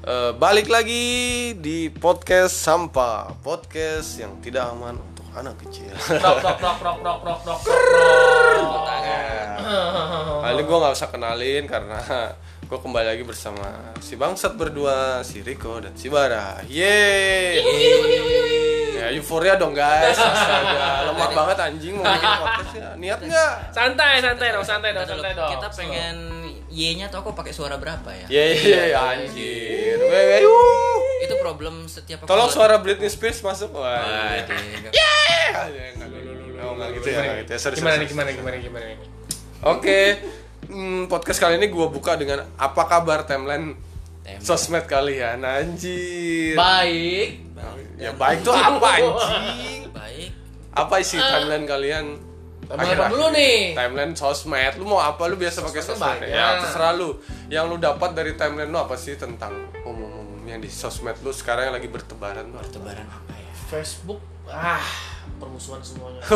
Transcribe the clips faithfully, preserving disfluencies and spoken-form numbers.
Uh, balik lagi di podcast sampah, podcast yang tidak aman untuk anak kecil. Prok prok prok prok prok prok prok prok. Kali ini gue nggak usah kenalin karena gue kembali lagi bersama si bangsat berdua, si Riko dan si Bara. Yeay. Ya euforia dong guys. Astaga, lemah banget anjing mau bikin podcastnya. Niat nggak? Santai santai dong, santai dong, santai dong. Kita pengen Y-nya tau kok pakai suara berapa ya? Yeay anjir. Wewe. Itu problem setiap Tolong suara Britney Spears masuk. Wah. Yeay. Oh, enggak gitu ya, enggak gitu ya. Sorry, Gimana sorry, nih, gimana sorry. gimana gimana nih? Oke. Hmm, podcast kali ini gue buka dengan apa kabar timeline sosmed kalian, anjir. Baik. Ya baik tuh apa anjing? Baik. Apa isi timeline kalian? Timeline apa dulu nih? Timeline sosmed. Lu mau apa? Lu biasa pakai Sosmed sosmed? banyak. Ya terserah lu. Yang lu dapat dari timeline lu apa sih tentang umum-umum yang di sosmed lu sekarang yang lagi bertebaran tuh? Bertebaran apa ya? Facebook, ah, permusuhan semuanya.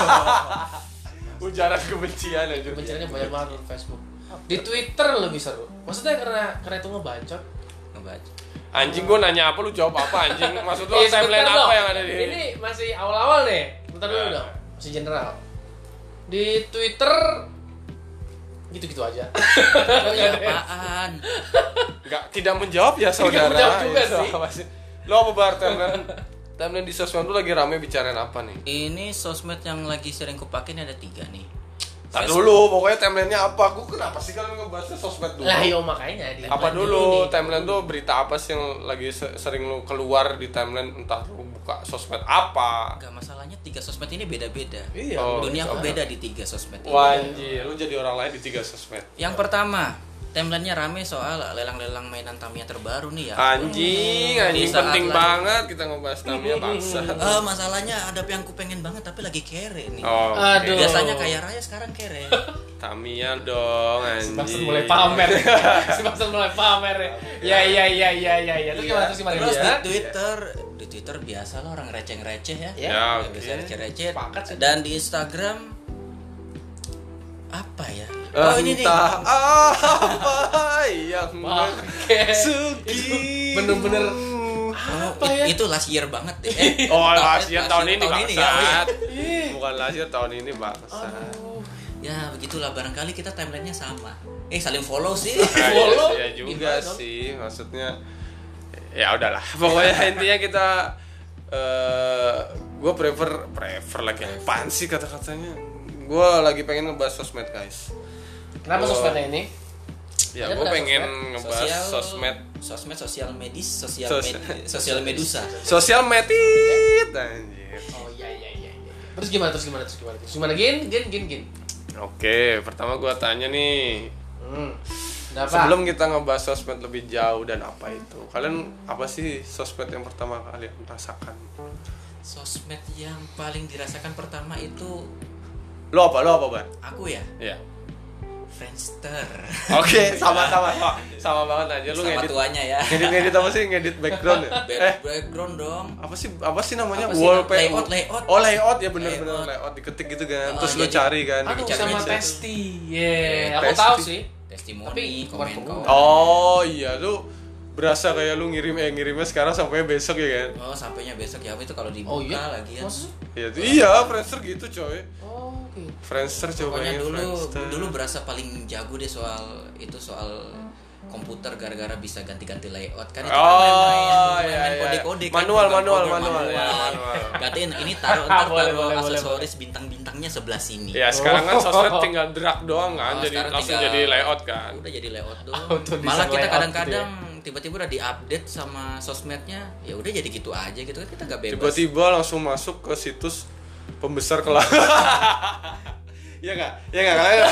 Ujaran kebencian aja. Kebenciannya banyak banget di Facebook. Di Twitter lebih seru. Maksudnya karena karena itu ngebacot. Ngebaca. Anjing, gue nanya apa lu jawab apa anjing? Maksud lu Eh, timeline sebentar apa dong. yang ada di Ini masih awal-awal nih. Bentar dulu Nah. dong. Masih general. Di Twitter gitu-gitu aja. Ya apaan? Enggak, tidak menjawab ya saudara. menjawab juga Ya, sih. apa sih. Lo apa bar timeline? Timeline di sosmed lu lagi rame bicarain apa nih? Ini sosmed yang lagi sering kupakai ini ada tiga nih. Tak dulu, pokoknya timelinenya apa? Gue kenapa sih kalian ngebahasnya sosmed dulu? Lah yo makanya di Apa timeline dulu? dulu nih. Timeline tuh berita apa sih yang lagi se- sering lu keluar di timeline, entah lu buka sosmed apa? Enggak, masalahnya tiga sosmed ini beda-beda. Iya. Oh, Dunia aku sama. beda di tiga sosmed ini. Wah anjir, lu jadi orang lain di tiga sosmed. Yang pertama, timelinenya rame soal lelang-lelang mainan Tamiya terbaru nih ya. Anjing, Di anjing saat penting lagi- banget kita ngebahas Tamiya bangsa. Eh, masalahnya ada yang ku pengen banget tapi lagi kere nih. Oh, Aduh. oke. Biasanya kaya raya sekarang kere. Tamiya dong anjing. Maksud mulai pamer. Maksud mulai pamer ya. Ya ya ya ya ya ya. Terus gimana terus gimana? Terus di Ya? Twitter, di Twitter biasa lah orang receh-receh ya. Ya, Ya, Ya, oke. bisa receh-receh. Sepakat sih. Dan di Instagram apa ya? Oh ini nih. Entah apa yang Bangke. Sugi. Bener-bener Oh, apa ya? it- itu last year banget deh. Eh, Oh, ta- last year last tahun year ini ya. bangsat. Ih. Bukan last year tahun ini bangsat. Aduh. Ya begitulah, barangkali kita timelinenya sama. Eh saling follow sih. Follow? Ya juga Gimana dong? sih, maksudnya ya udahlah. Pokoknya intinya kita eh gue prefer prefer lagi apaan sih kata-katanya. Gue lagi pengen ngebahas sosmed guys. Kenapa Gua- sosmednya ini? Ya Ada gue nggak pengen sosmed? ngebahas Sosial, sosmed, sosmed, sosial medis, sosial Sos- med- sosial medusa. sosial medit anjir. Oh iya iya iya iya. Terus gimana terus gimana terus gimana? Terus gimana gin gin gin gin. Oke, pertama gue tanya nih. Hmm. Ada apa? Sebelum kita ngebahas sosmed lebih jauh dan apa itu, kalian apa sih sosmed yang pertama kalian rasakan? Sosmed yang paling dirasakan pertama itu Lo apa? Lo apa, Ban? aku ya, Iya. Friendster. Oke, sama-sama. Sama banget aja lu Sama ngedit. tuanya ya. Ngedit ngedit apa sih? Ngedit background ya? Back- Eh, background dong. apa sih apa sih namanya? Apa sih? Wallpaper. Layout, layout. Oh, layout ya bener-bener Layout. layout diketik gitu kan. Oh, Terus lu jadi- cari kan. Aduh Cari sama cari. Testi. Yeah, aku Testi. tahu sih. Testimoni, Tapi bukan komen pengguna. komen. Oh, iya lu berasa kayak lu ngirim eh ngirimnya sekarang sampai besok ya kan? Oh, sampainya besok ya itu kalau dibuka Oh iya. lagi ya. Maksudnya? Iya, tuh. Iya, Friendster gitu coy. Oh, oke. Friendster coba Pokoknya ya dulu Friendster. dulu berasa paling jago deh soal itu soal komputer gara-gara bisa ganti-ganti layout kan itu kan Oh, main-main, iya, main-main iya. kode-kode kan, Manual, bukan manual, program, manual, ya, manual. Gantiin ini taruh ntar Boleh, taruh boleh, boleh, aksesoris bintang-bintangnya sebelah sini. Ya, sekarang kan Oh. sosmed tinggal drag doang kan, Oh, jadi sekarang langsung tinggal- jadi layout kan. Udah jadi layout doang. Auto design Malah kita layout kadang-kadang tiba-tiba udah diupdate sama sosmednya, ya udah jadi gitu aja gitu kan kita nggak bebas. Tiba-tiba langsung masuk ke situs pembesar kelak. Iya nggak? Iya nggak kalian?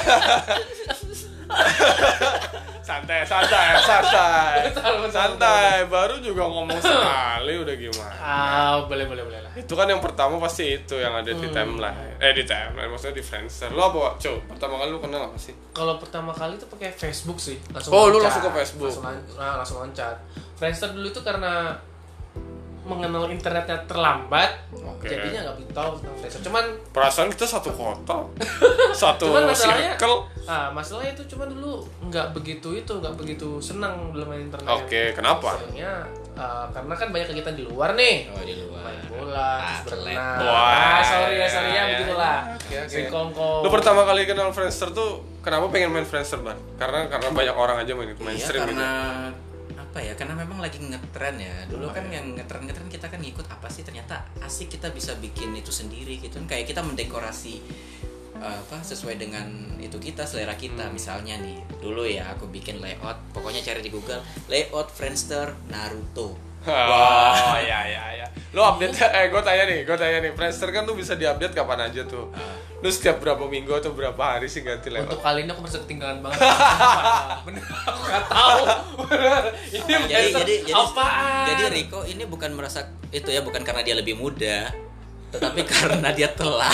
santai, santai, santai, Bentar, bentar, santai. Baru juga ngomong sekali udah gimana? Ah, boleh boleh boleh lah. Itu kan yang pertama pasti itu yang ada di timeline. Eh di timeline maksudnya di Friendster. Lo apa, Cow? Pertama kali lu kenal apa sih? Kalau pertama kali itu pakai Facebook sih, langsung Oh, lu loncat. langsung ke Facebook. Langsung, lan- nah, langsung loncat. Friendster dulu itu karena mengenal internetnya terlambat, Oke. jadinya nggak begitu tahu tentang Friendster. Cuman Perasaan kita satu kota, satu Cuman masalahnya- circle. Ah, masalahnya itu cuma dulu nggak begitu itu, nggak begitu senang dalam main internet. Oke, kenapa? Soalnya uh, karena kan banyak kegiatan di luar nih. Oh, di luar. Main bola, Ah, terus pelet. berenang. Wah, Ah, sorry ya, sorry ya, ya, begitulah. Oke, oke. Singkongkong. Lu pertama kali kenal Friendster tuh kenapa pengen main Friendster, Ban? Karena karena banyak orang aja main itu, Iya, mainstream karena gitu. apa ya? Karena memang lagi ngetren ya. Dulu kan yang ngetren-ngetren kita kan ngikut apa sih? Ternyata asik, kita bisa bikin itu sendiri gitu. Kayak kita mendekorasi uh, apa sesuai dengan itu kita, selera kita. Hmm. Misalnya nih, dulu ya aku bikin layout. Pokoknya cari di Google layout Friendster Naruto. Oh, ya ya ya. Lu update eh gue tanya nih, gue tanya nih, Friendster kan tuh bisa diupdate kapan aja tuh. Lu setiap berapa minggu atau berapa hari sih ganti layout? Untuk kali ini aku merasa ketinggalan banget. Bener, aku nggak tahu. Bener. Ini Nah, jadi Friendster jadi jadi apaan? jadi Rico ini bukan merasa itu ya, bukan karena dia lebih muda, tetapi karena dia telah.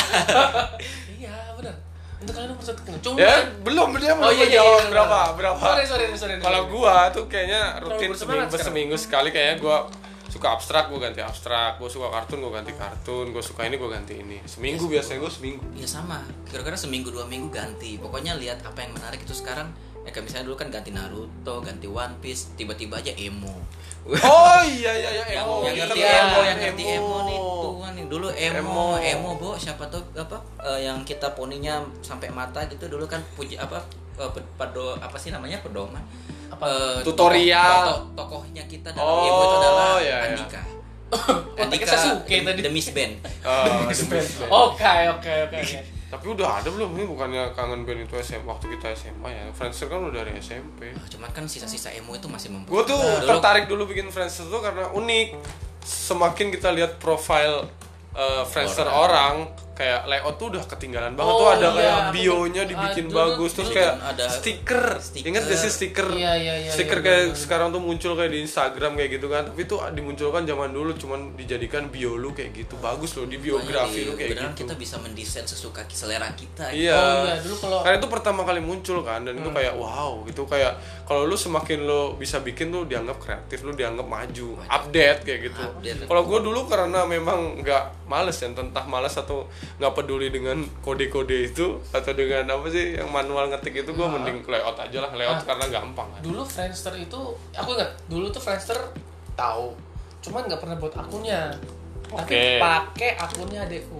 Iya, bener. Untuk kalian merasa ketinggalan. Cuma Ya, belum dia belum Oh, iya, iya, jawab iya, berapa iya. berapa. Sorry, sorry, sorry. Kalau gua tuh kayaknya rutin bersemangat seminggu sekarang. seminggu sekali, kayaknya gua suka abstrak gua ganti abstrak, gua suka kartun gua ganti kartun, gua suka ini gua ganti ini. Seminggu biasanya gua seminggu. Ya sama, kira-kira seminggu dua minggu ganti. Pokoknya lihat apa yang menarik itu sekarang. Ya kayak misalnya dulu kan ganti Naruto, ganti One Piece, tiba-tiba aja emo. Oh iya iya iya yang, emo. yang ngerti Iya, emo, yang ngerti emo nih tuan nih. Dulu emo, Emo. emo, Bo, siapa tuh apa eh, yang kita poninya sampai mata gitu dulu kan puji apa eh, pe- pedo apa sih namanya pedoman. Apa? Eh, Tutorial. tokoh- tokohnya kita dalam Oh, emo itu adalah iya, iya. Andika. Andika Sasuke the, tadi. the Miss Band. Oh, Oke, oke, oke, oke. tapi udah ada belum ini, bukannya kangen band itu S M waktu kita S M A ya. Friendster kan udah dari S M P. Oh, cuman kan sisa-sisa emo itu masih membuat. Gue tuh Dulu- tertarik dulu bikin Friendster tuh karena unik. Semakin kita lihat profile uh, Friendster orang, kayak layout tuh udah ketinggalan banget. Oh, Tuh ada iya, kayak aku- bionya dibikin ah, dulu- bagus, terus dulu kayak kan ada stiker. stiker. Ingat gak sih stiker? Iya, iya, iya, Stiker iya, kayak iya, iya. sekarang tuh muncul kayak di Instagram kayak gitu kan. Tapi tuh dimunculkan zaman dulu, cuman dijadikan bio lu kayak gitu. Bagus loh di biografi lu kayak beneran gitu. kita bisa mendesain sesuka selera kita. Iya. Oh, iya, dulu kalau- Karena itu pertama kali muncul kan, dan itu Hmm. kayak wow gitu, kayak kalau lu semakin lu bisa bikin lu dianggap kreatif, lu dianggap maju, update kayak gitu. Update. Kalau gue dulu karena memang nggak males ya, entah males atau nggak peduli dengan kode-kode itu atau dengan apa sih yang manual ngetik itu, gue mending layout aja lah, layout Ah. karena gampang kan. Dulu Friendster itu, aku ingat dulu tuh Friendster tahu, cuman nggak pernah buat akunnya, Oke. tapi pakai akunnya adekku.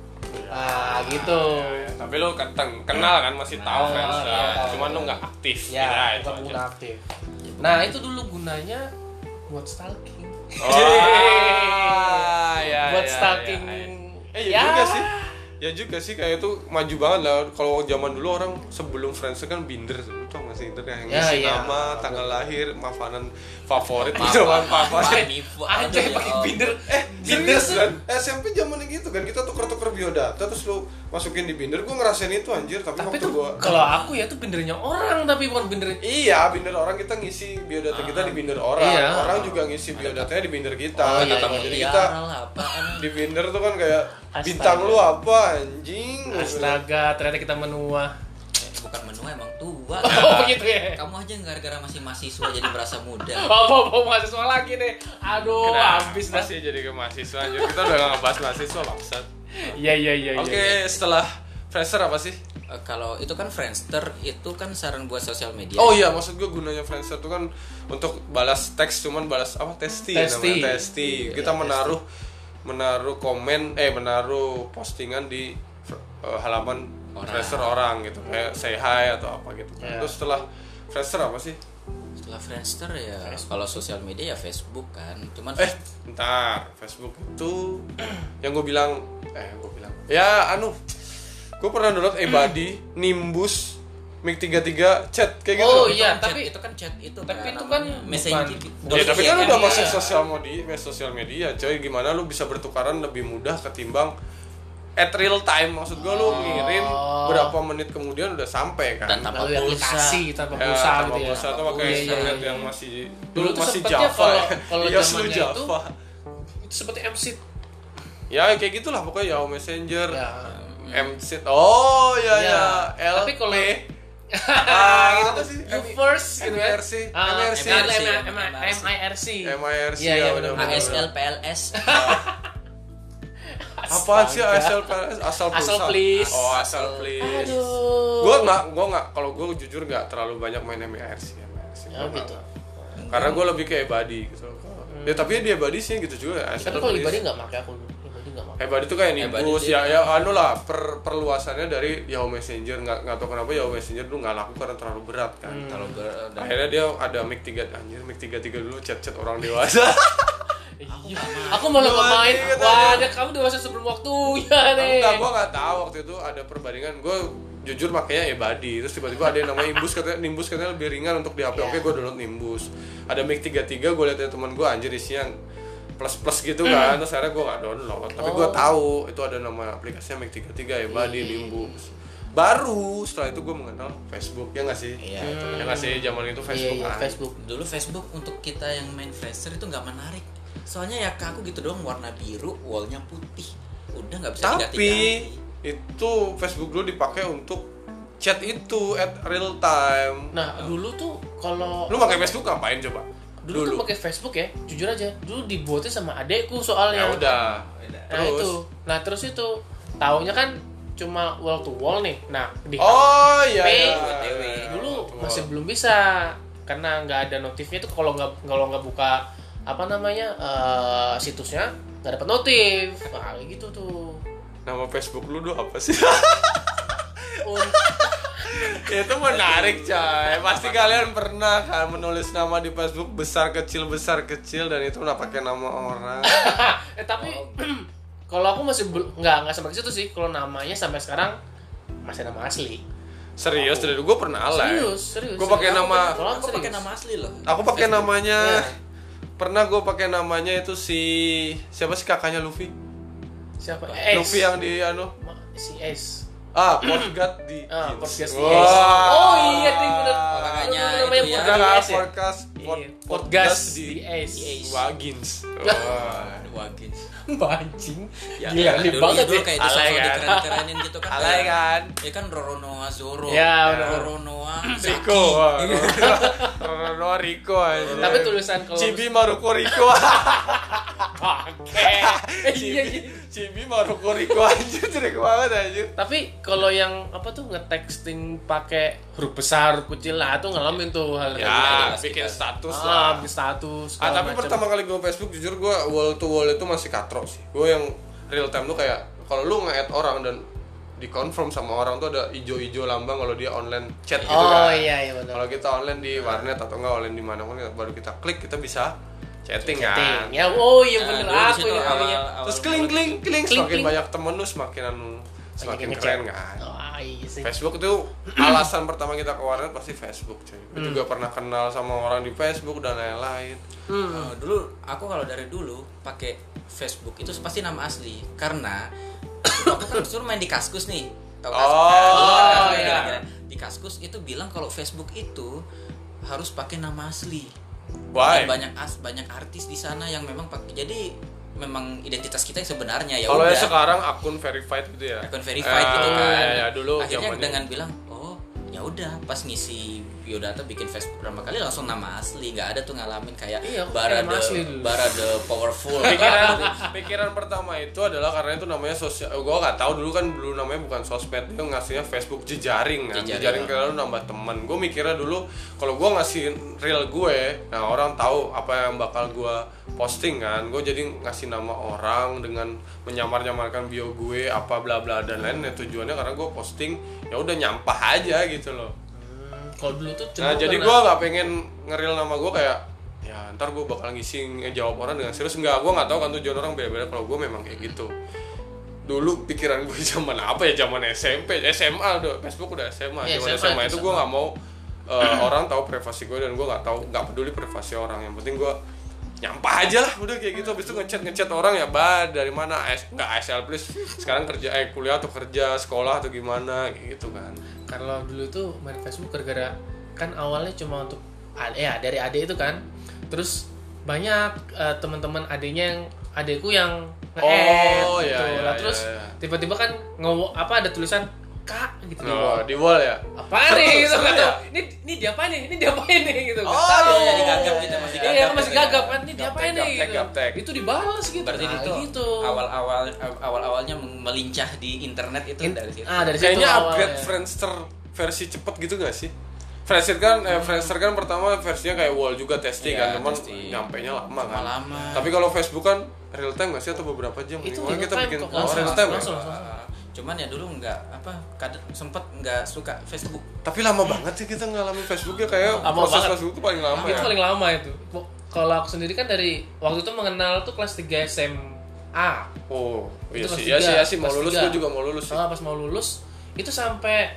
Ah gitu. Ya, tapi lu keteng, kenal kan, masih tahu Oh, Friendster, iya, tahu. cuman lu nggak aktif. Ya, itu bukan aja. guna aktif. Nah itu dulu gunanya buat stalking. Oh, ya, buat ya, stalking. ya, ya. Eh ya, juga sih. Ya juga sih, kayak itu maju banget lah. Kalau zaman dulu orang sebelum Friendster kan binder tuh, tau gak sih itu yang Ya, ngisi ya. nama, tanggal lahir, makanan favorit, Apa- gitu kan, apa- favorit. Nifu, Anjay aduh, pakai ya binder. Eh, Binder serius kan? S M P zamannya gitu kan, kita tuker-tuker biodata terus lu masukin di binder. Gue ngerasain itu anjir, tapi, Tapi waktu tuh gua kalau aku ya tuh bindernya orang, tapi bukan binder. iya, binder orang, kita ngisi biodata kita di binder orang. Iya. Orang juga ngisi biodatanya di binder kita. Oh, iya, Kata- iya, Jadi iya. kita lah, apaan? di binder tuh kan kayak Astaga. bintang lu apa anjing. Astaga, ternyata kita menua. Eh, bukan menua, emang tua. Oh begitu ya. Kamu aja gara-gara masih mahasiswa jadi merasa muda. Oh, mau mau mahasiswa lagi nih. Aduh, Kenapa habis dah. sih jadi ke mahasiswa anjir? Kita udah gak ngebahas mahasiswa bangsat. Iya, iya, iya. Oke, iya. setelah Friendster apa sih? Eh, kalau itu kan Friendster itu kan saran buat sosial media. Oh iya, maksud gue gunanya Friendster itu kan untuk balas teks, cuman balas apa testi, Testi. namanya testi. Kita Iya, menaruh menaruh komen eh menaruh postingan di eh, halaman Orang. Friendster orang gitu. Kayak say hi atau apa gitu. Iya. Terus setelah Friendster apa sih? Setelah Friendster ya kalau sosial media ya Facebook kan. Cuman Eh, bentar. Facebook itu yang gue bilang eh gue bilang. Ya, anu. Gue pernah download eBuddy, Nimbus, Mic tiga puluh tiga chat kayak gitu. Oh, itu iya, kan chat, tapi- itu kan chat itu tapi kan itu kan namanya messenger. bukan- Ya, tapi Iya, kan udah iya. masuk sosial media, sosial media, coy. Gimana lu bisa bertukaran lebih mudah ketimbang at real time? Maksud gua lu ngirim berapa menit kemudian udah sampai kan? Dan tanpa Melalui pulsa. aplikasi tanpa Ya, pulsa tanpa gitu ya. pulsa atau pakai Iya, iya, internet iya, yang iya. masih Dulu tuh masih sempatnya Java. kalau- ya. kalau Iya, lu zamannya itu- Java. Itu seperti M C. Ya kayak gitulah pokoknya Yahoo Messenger. Ya. M C. Oh ya Ya. ya. L Tapi kalau- ah, gitu apa sih? You first gitu kan. M I R C. Ah, M I R C. M I R C. M I R C. M I R C. M I R C Iya, iya, ya benar, benar. A S L P L S. Apaan sih A S L P L S? Asal Asal pulsa. please. Oh, asal please. Aduh. Gue nggak, gue nggak. Kalau gue jujur nggak terlalu banyak main M I R C. Ya gitu. Karena gue lebih kayak Ebadi gitu. Hmm. Ya tapi dia Ebadi sih gitu juga. Ya, tapi kalau Ebadi nggak pakai aku. Ebadi nggak pakai. Ebadi tuh kayak Nimbus ya, ya anu lah per, perluasannya dari Yahoo Messenger. Nggak nggak tahu kenapa Yahoo Messenger dulu nggak laku karena terlalu berat kan. Hmm. Terlalu berat. Akhirnya dia ada Mic tiga anjir, Mic tiga tiga dulu chat-chat orang dewasa. Iya. Aku malah nggak main. Wah, ada kamu dewasa sebelum waktunya nih. Enggak, gue nggak tahu waktu itu ada perbandingan. Gue jujur makanya Ebadi, terus tiba-tiba ada yang namanya Nimbus, katanya Nimbus katanya lebih ringan untuk di H P. Yeah. Oke, gue download Nimbus. Ada Mic tiga tiga, gue liat ya teman gue anjir isinya plus-plus gitu kan. Terus akhirnya gue nggak download. Tapi gue tahu itu ada nama aplikasinya Mic tiga tiga, Ebadi, Nimbus. Baru setelah itu gue mengenal Facebook, ya nggak sih? Iya. Hmm. Ya nggak sih, zaman itu Facebook. Iya, kan. Facebook. Dulu Facebook untuk kita yang main Friendster itu nggak menarik. Soalnya ya ke aku gitu doang, warna biru, wallnya putih. Udah nggak bisa Tapi diganti-ganti. itu Facebook dulu dipakai untuk chat itu at real time. Nah, dulu tuh kalau Lu pakai Facebook ngapain coba? dulu, dulu. tuh pakai Facebook ya, jujur aja. Dulu dibuatnya sama adekku soalnya. Ya udah. Nah, Terus. itu. Nah, terus itu taunya kan cuma wall to wall nih. Nah, di Oh iya. H P iya. dulu masih belum bisa karena nggak ada notifnya tuh, kalau nggak kalau nggak buka apa namanya uh, situsnya nggak dapat notif. Nah, kayak gitu tuh. Nama Facebook lu dulu apa sih? Un- Itu menarik coy. Pasti kalian pernah kan menulis nama di Facebook besar kecil besar kecil dan itu udah pakai nama orang. eh tapi kalau aku masih bel- nggak nggak sampai ke situ sih. Kalau namanya sampai sekarang masih nama asli. Serius, dari dulu gue pernah alay. Serius, serius. Gue pakai Serius. nama. Kalau Aku pakai serius. nama asli loh. Aku pakai Facebook. namanya. Ya. Pernah gue pakai namanya itu si siapa sih kakaknya Luffy? Siapa? Luffy yang di anu. Ma- si S. Ah, Podcast di. Ah, Podcast di Wah. S. Oh iya, ting benar. Makanya namanya itu ya. Udah Podcast nggak di S ya? podcast Iya, pod- Podcast di S. Wagins. Wah. Wagin. Anjing. Ya, Gila, ya, ini dulu, banget dulu ya. kayak Alay disosok kan? dikeren-kerenin gitu kan. Alay kayak- kan? Ya kan Roronoa Zoro. Ya, benar. Roronoa Riko. Rono Riko aja. Tapi tulisan kalau Cibi Maruko Riko. Oke. Iya, iya. Cibi Maruko Riko aja, jelek banget aja. Tapi kalau yang apa tuh nge-texting pakai huruf besar, huruf kecil lah tuh ngalamin tuh hal kayak Ya, gitu. bikin status Ah, lah. bikin status. Ah, segala tapi macam. pertama kali gue Facebook jujur gue wall to wall itu masih katro sih. Gue yang real time tuh kayak kalau lu nge-add orang dan di-confirm sama orang tuh ada ijo-ijo lambang kalau dia online chat gitu Oh kan. iya iya benar. Kalau kita online di warnet atau enggak online di mana pun baru kita klik kita bisa chatting kan. Chatting. Ya, oh iya Nah, bener dulu di aku situ ini awal- namanya. awal- Terus kling kling kling Kling, semakin kling. banyak temen lu semakin anu semakin Banyak keren ngechat. kan. Oh iya sih. Facebook itu alasan pertama kita ke warnet pasti Facebook cuy. Gue Hmm. juga pernah kenal sama orang di Facebook dan lain-lain. Hmm. Oh, dulu aku kalau dari dulu pakai Facebook itu pasti nama asli karena aku kan suruh main di Kaskus nih. Tahu Kaskus? Oh, Nah, dulu kan Kaskus iya. gara-gara di Kaskus itu bilang kalau Facebook itu harus pakai nama asli. Why? Dan banyak as banyak artis di sana yang memang pakai. Jadi memang identitas kita yang sebenarnya ya Kalau udah. ya sekarang akun verified gitu ya. Akun verified Ah, gitu kan. Ya, ya, dulu akhirnya zamannya. dengan bilang, "Oh, ya udah pas ngisi biodata bikin Facebook pertama kali langsung nama asli, nggak ada tuh ngalamin kayak Iya, aku Barade nama asli dulu. Barade Powerful." pikiran pikiran pertama itu adalah karena itu namanya sosial. Gue nggak tahu dulu kan dulu namanya bukan sosmed, dia ngasihnya Facebook jejaring kan. Jejaring. Jejaring karena lu nambah teman. Gue mikirnya dulu kalau gue ngasih real gue, nah orang tahu apa yang bakal gue posting kan. Gue jadi ngasih nama orang dengan menyamar-nyamarkan bio gue apa bla bla dan lain. Nah, tujuannya karena gue posting ya udah nyampah aja gitu loh. Hmm, kalau dulu tuh Nah cenderung jadi karena- gue nggak pengen ngeril nama gue kayak ya ntar gue bakal ngisi ngejawab orang dengan serius. Enggak, gue nggak tahu kan tujuan orang beda-beda. Kalau gue memang kayak gitu. Dulu pikiran gue zaman apa ya, zaman S M P, S M A udah Facebook udah S M A. Iya, Zaman S M A, S M A itu gue nggak mau uh, orang tahu privasi gue dan gue nggak tahu nggak peduli privasi orang. Yang penting gue nyampah aja lah udah kayak gitu. Habis itu ngechat ngechat orang ya, bah dari mana S nggak A S L please sekarang kerja eh kuliah atau kerja sekolah atau gimana kayak gitu kan. Kalau dulu tuh main Facebook gara-gara kan awalnya cuma untuk ad- ya dari adik itu kan, terus banyak eh, teman-teman adiknya yang adikku yang nge-add Oh, gitu. iya, iya, Lah, terus iya, iya. tiba-tiba kan nge apa ada tulisan Kak gitu di Oh, bawah. di wall ya. Apa nih gitu Seru kan? ya? Ini ini diapain nih? Ini diapain nih gitu. Oh, Nggak tahu. iya, digagap gitu, masih Iya, gagap. masih gagap kan ini Gaptek, diapain nih gaptek, gitu. gaptek. Itu dibalas gitu. Berarti Nah, itu gitu. awal-awal awal-awalnya melincah di internet itu In- dari situ. Ah, dari situ Kayaknya awalnya. upgrade Friendster versi cepet gitu gak sih? Friendster kan, eh, Friendster kan pertama versinya kayak wall juga testing Iya, kan, cuman testing. nyampenya lama kan. Lama. Tapi kalau Facebook kan real time gak sih atau beberapa jam? Itu Kemarin real kita time bikin kok, oh, langsung, real time ya? langsung, langsung. Cuman ya dulu nggak apa kadang sempet nggak suka Facebook. Tapi lama banget sih kita ngalamin Facebook ya, kayak Lama proses banget. Facebook tuh paling lama Itu ya. paling lama itu. Mo- Kalau aku sendiri kan dari waktu itu mengenal tuh kelas tiga S M A. Oh, iya Itu kelas sih, iya tiga, sih, iya sih, mau kelas lulus tiga. gue juga mau lulus sih. Ah, pas mau lulus itu sampai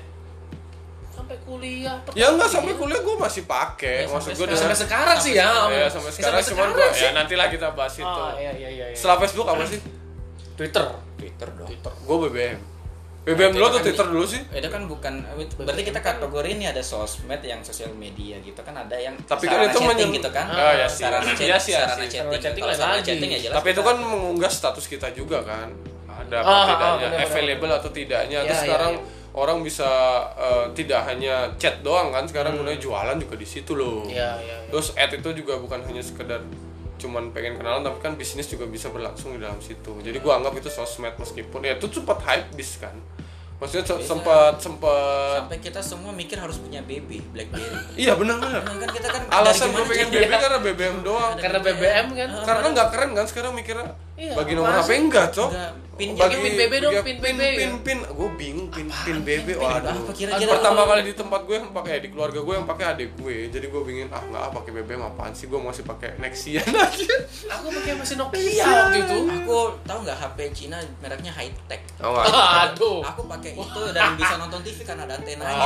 sampai kuliah. Ya enggak sampai kuliah gue masih pakai, Ya, maksud sampai gue Ya, sampai sekarang sih ya. ya sampai sekarang sampai cuman sekarang gua, sih. ya nantilah kita bahas itu. Oh, iya iya iya. iya. Setelah Facebook apa sih? Twitter. Twitter dong. Gue B B M. B B M dulu atau Twitter dulu sih? Itu kan bukan berarti kita kategori ini ada sosmed yang sosial media gitu kan ada yang Tapi kan sarana itu chatting menyen- gitu kan. Ah, ya sih. Sarana chat, Iya sih, iya sarana sih. chatting. Sarana chatting Kalau lain sarana lagi. chatting ya jelas. Tapi itu kita- kan mengunggah status kita juga kan. Ada apa Ah, ah, tidaknya, benar, benar, available atau tidaknya. Terus Ya, ya, sekarang ya. orang bisa eh, tidak hanya chat doang kan, sekarang mulai jualan juga di situ loh. Iya iya. iya. Terus ad itu juga bukan hanya sekedar cuman pengen kenalan, tapi kan bisnis juga bisa berlangsung di dalam situ. Jadi gua anggap itu sosmed, meskipun ya itu sempat hype bis kan. Maksudnya se- Bisa. sempat sempat sampai kita semua mikir harus punya baby BlackBerry. iya benar benar. Nah, kan kita kan Alasan dari gue gimana pengen sih? B B karena B B M doang. Karena B B M kan. Karena nggak keren kan sekarang mikirnya. Iya, Bagi apaan nomor H P sih? enggak, Cok. Enggak. Pinnya Bagi pin B B dong, ya, pin pin B B pin ya. pin. Gue bingung pin pin B B. Pin Waduh. apa kira-kira? Pertama kali di tempat gue yang pakai di keluarga gue yang pakai adik gue. Jadi gue bingung ah nggak ah pakai B B M apaan sih? Gue masih pakai Nexian aja. Aku pakai masih Nokia waktu itu. Aku tahu nggak H P Cina mereknya high tech. Oh, nggak? Aduh. Aku pakai itu dan bisa nonton T V karena ada antenanya.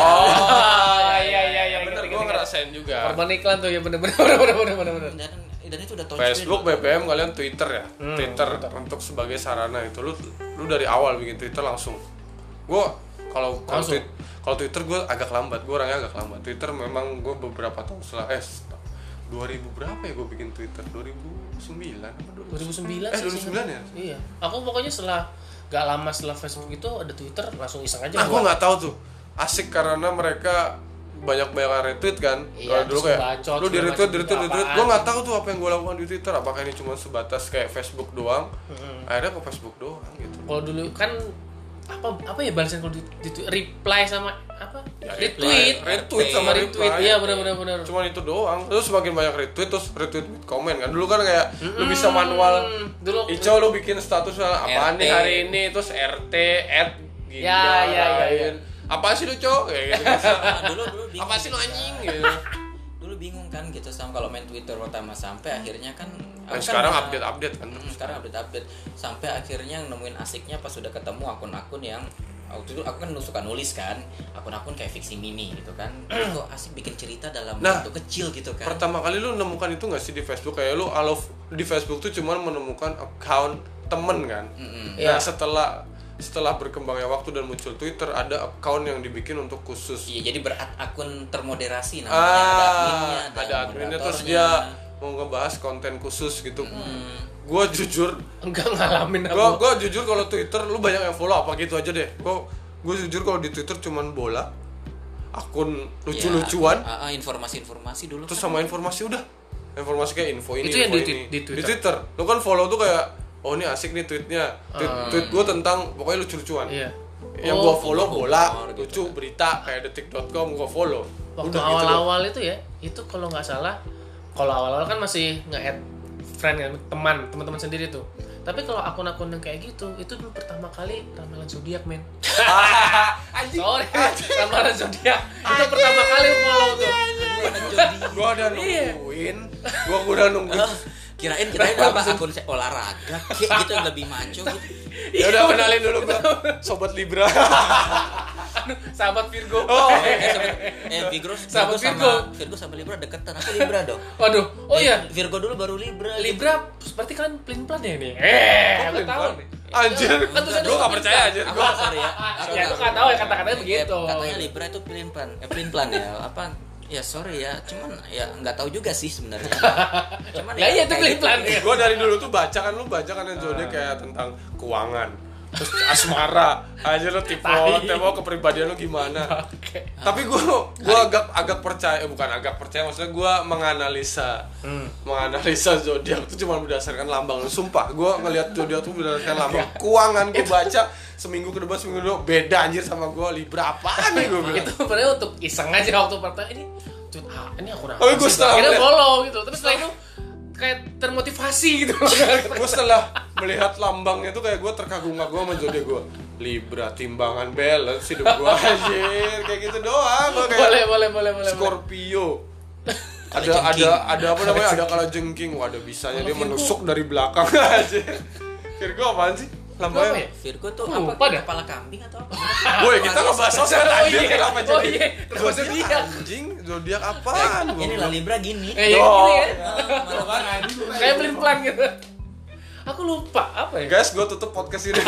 Oh, iya iya iya. bener, ngerti, gue ngerti. ngerasain juga. Korban iklan tuh ya bener-bener bener-bener bener-bener. Dan dan itu udah touch Facebook, B B M, kalian Twitter ya. Hmm, Twitter untuk sebagai sarana itu lu lu dari awal bikin Twitter langsung. Gua kalau kalau Langsung. tweet, kalau Twitter gue agak lambat, gue orangnya agak lambat. Twitter memang gue beberapa tahun setelah eh dua ribu berapa ya gue bikin Twitter? dua ribu sembilan apa dua ribu? dua ribu sembilan Eh sih, dua ribu sembilan ya? Iya. Aku pokoknya setelah gak lama setelah Facebook itu ada Twitter langsung iseng aja. Nah, gue gua. nggak tahu tuh. Asik karena mereka banyak-banyak retweet kan. Iya, Kalau dulu terus kayak ngebacot, lu di segala retweet, macam di retweet, di itu retweet. apaan. Gue nggak tahu tuh apa yang gue lakukan di Twitter. Apakah ini cuma sebatas kayak Facebook doang? Mm-mm. Akhirnya ke Facebook doang gitu. Kalau dulu kan apa apa ya balasan kalau di, di reply sama apa Ya, retweet reply. Retweet sama retweet reply. iya benar benar benar. Cuman itu doang. Terus semakin banyak retweet terus retweet with comment kan. Dulu kan kayak lu bisa manual. Dulu Ico lu bikin status apaan R T. nih hari ini terus R T at gini. Ya, ya, ya, ya. Apa sih lu, Cok? Kayak gitu. Nah, dulu dulu bingung. Apa sih lu anjing gitu. Dulu bingung kan gitu sama kalau main Twitter pertama sampai akhirnya kan Dan aku kan sekarang bisa- update-update kan. Hmm, sekarang update-update sampai akhirnya nemuin asiknya pas sudah ketemu akun-akun yang waktu itu aku kan suka nulis kan akun-akun kayak fiksi mini gitu kan terus kok asik bikin cerita dalam Nah, bentuk kecil gitu kan. Pertama kali lu nemukan itu nggak sih di Facebook? Kayak lu alo di Facebook tuh cuman menemukan account temen kan. Mm-mm. Nah, Iya. setelah setelah berkembangnya waktu dan muncul Twitter, ada account yang dibikin untuk khusus. Iya jadi berakun termoderasi namanya ada adminnya, Ah, ada adminnya terus moderatornya. dia mau ngebahas konten khusus gitu. Hmm. Gue jujur, enggak ngalamin gue aku. gue jujur kalau Twitter lu banyak yang follow apa gitu aja deh. Gue gue jujur kalau di Twitter cuman bola, akun lucu-lucuan, Ya, ah, ah, informasi-informasi dulu terus kan. sama informasi udah. Informasi kayak info ini, Itu yang info di ini. twi- di Twitter? Twitter. Lu kan follow tuh kayak oh ini asik nih tweetnya. Tweet, Ah. tweet gue tentang pokoknya lucu-lucuan. Iya. Yang Oh, gua follow humor, bola, humor gitu lucu, kan. berita kayak detik dot com gua follow. Waktu Udah gitu doang. awal-awal itu ya, itu kalau nggak salah, kalau awal-awal kan masih nge-add friend kan, teman, teman-teman sendiri tuh. Tapi kalau akun-akun yang kayak gitu, itu dulu pertama kali ramalan zodiak, men. Anjing. Sorry, ramalan zodiak. Itu pertama kali follow tuh. Gua udah Iya. nungguin, gua udah nungguin. kirain kirain apa akun saya olahraga kayak gitu lebih maco gitu. Ya udah kenalin dulu gua, sobat Libra. Aduh, sahabat Virgo. Oh, Eh, sama- eh Virgo, Sahabat Virgo sama Virgo. Virgo sama Libra deketan. Aku Libra dong. Waduh, oh Eh, iya, Virgo dulu baru Libra. Libra berarti kalian pelin-pelan ya nih? Eh, aku tahu nih. Anjir, Kan tulisannya gua gak percaya anjir. Aku Gua sorry ya. Aku Ya, aku nggak tahu ya kata-katanya begitu. Eh, katanya Libra itu pelin plan, eh, pelin plan ya. Apa? Ya sorry ya, cuman ya nggak tahu juga sih sebenarnya. Cuman Ya iya itu kayak pelin-pelan gitu. ya. Gua dari dulu tuh baca kan lu baca kan yang zodiak kayak tentang keuangan, terus asmara aja lo tipe tipe kepribadian lo gimana. Oke. Tapi gue gue agak agak percaya eh, bukan agak percaya maksudnya gue menganalisa hmm. menganalisa zodiak itu cuma berdasarkan lambang. Sumpah gue ngelihat zodiak tuh berdasarkan lambang. Keuangan gue baca seminggu ke depan seminggu dulu beda anjir sama gue. Libra apaan nih gue bilang. Itu padahal untuk iseng aja waktu pertama ini cut ah ini aku Tapi gue setelah akhirnya melihat- follow gitu. Tapi setelah itu kayak termotivasi gitu. gue setelah melihat lambangnya tuh kayak gue terkagum-kagum sama zodiak gue. Libra, timbangan, balance hidup gue anjir kayak gitu doang. Gua kayak boleh boleh boleh boleh. Scorpio. Ada ada ada apa namanya? Ada kalajengking. Wah, ada bisanya dia menusuk dari belakang aja. Virgo apaan sih? Apa Lambangnya? ya? Virgo tuh Lupa apa? dah. Kepala kambing atau apa? Woi, kita ngebahas sosial Oh aja iya. kenapa Oh jadi? iya. Kenapa Zodiak zodiak? anjing, zodiak apaan? Ini lah Libra gini. Eh, ya Oh. gini ya. Mana kan anjing. Kayak pelin-pelan gitu. Aku lupa apa ya? Guys, gue tutup podcast ini.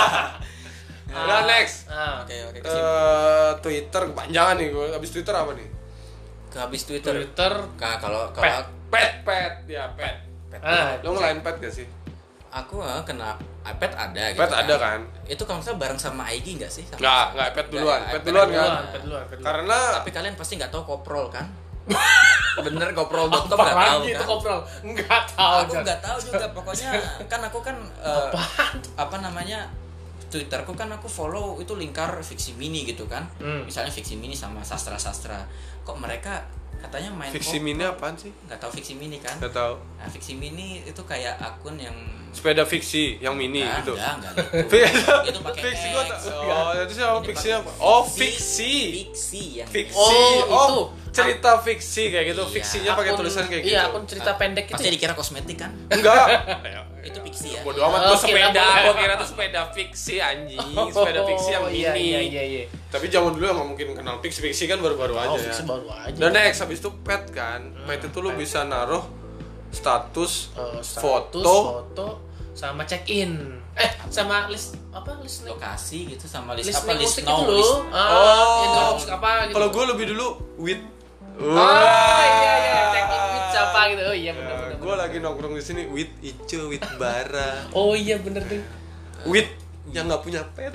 Udah next. Ah. Oke, oke. Eh, Twitter kepanjangan nih gue. Abis Twitter apa nih? Ke habis Twitter. Twitter. Ka- kalau Pet. kalau Pet, pet, ya pet. pet. Ah, Lo ngelain pet gak sih? Aku ah, kena iPad ada gitu. Pet ada kan? Itu kalau nggak salah bareng sama Aigi nggak sih? Sama- Nggak, nggak pet duluan. Nggak, Pet iPad duluan kan? Duluan, pet duluan, pet duluan. Karena Tapi kalian pasti nggak tahu koprol kan? Bener koprol dot com nggak tahu itu kan? koprol? Enggak tahu. Aku Jan. nggak tahu juga pokoknya kan aku kan eh, Apaan? apa namanya Twitterku kan aku follow itu lingkar fiksi mini gitu kan. Hmm. Misalnya fiksi mini sama sastra-sastra. Kok mereka katanya main fiksi koprol? mini apaan sih? Nggak tahu fiksi mini kan? Gak tahu. Nah, fiksi mini itu kayak akun yang Sepeda fiksi yang mini Nah, gitu. enggak, enggak gitu. Itu pakai Fiksi gua X. tak- Oh, itu siapa Ini fiksi pakai apa? Oh, fiksi. Fiksi yang Fiksi. Oh, Oh, itu. cerita fiksi kayak gitu. Iya. Fiksinya pakai Akun- tulisan kayak gitu. Iya, akun cerita pendek itu. pasti dikira kosmetik kan? Enggak. Itu fiksi ya. Bodoh amat Oh, gua sepeda. kira- Gua kira tuh sepeda fiksi anjing. Sepeda fiksi yang Oh, iya, mini. iya, iya, iya. Tapi zaman dulu yang nggak mungkin kenal fiksi. Fiksi kan baru-baru aja Oh, ya. fiksi baru aja. Dan next habis itu pet kan. Pet itu lu pet. bisa naruh status, Eh, status, foto, foto sama check in. Eh, sama list apa list name? Lokasi gitu sama list, List apa name list musik now itu list. loh. Ah, Oh. inbox apa gitu. Kalau gue lebih dulu with. Oh iya iya, check in with siapa gitu. Oh iya benar benar. Gue lagi nongkrong di sini with Ico, with Bara, Oh iya benar deh. with yang nggak punya pet.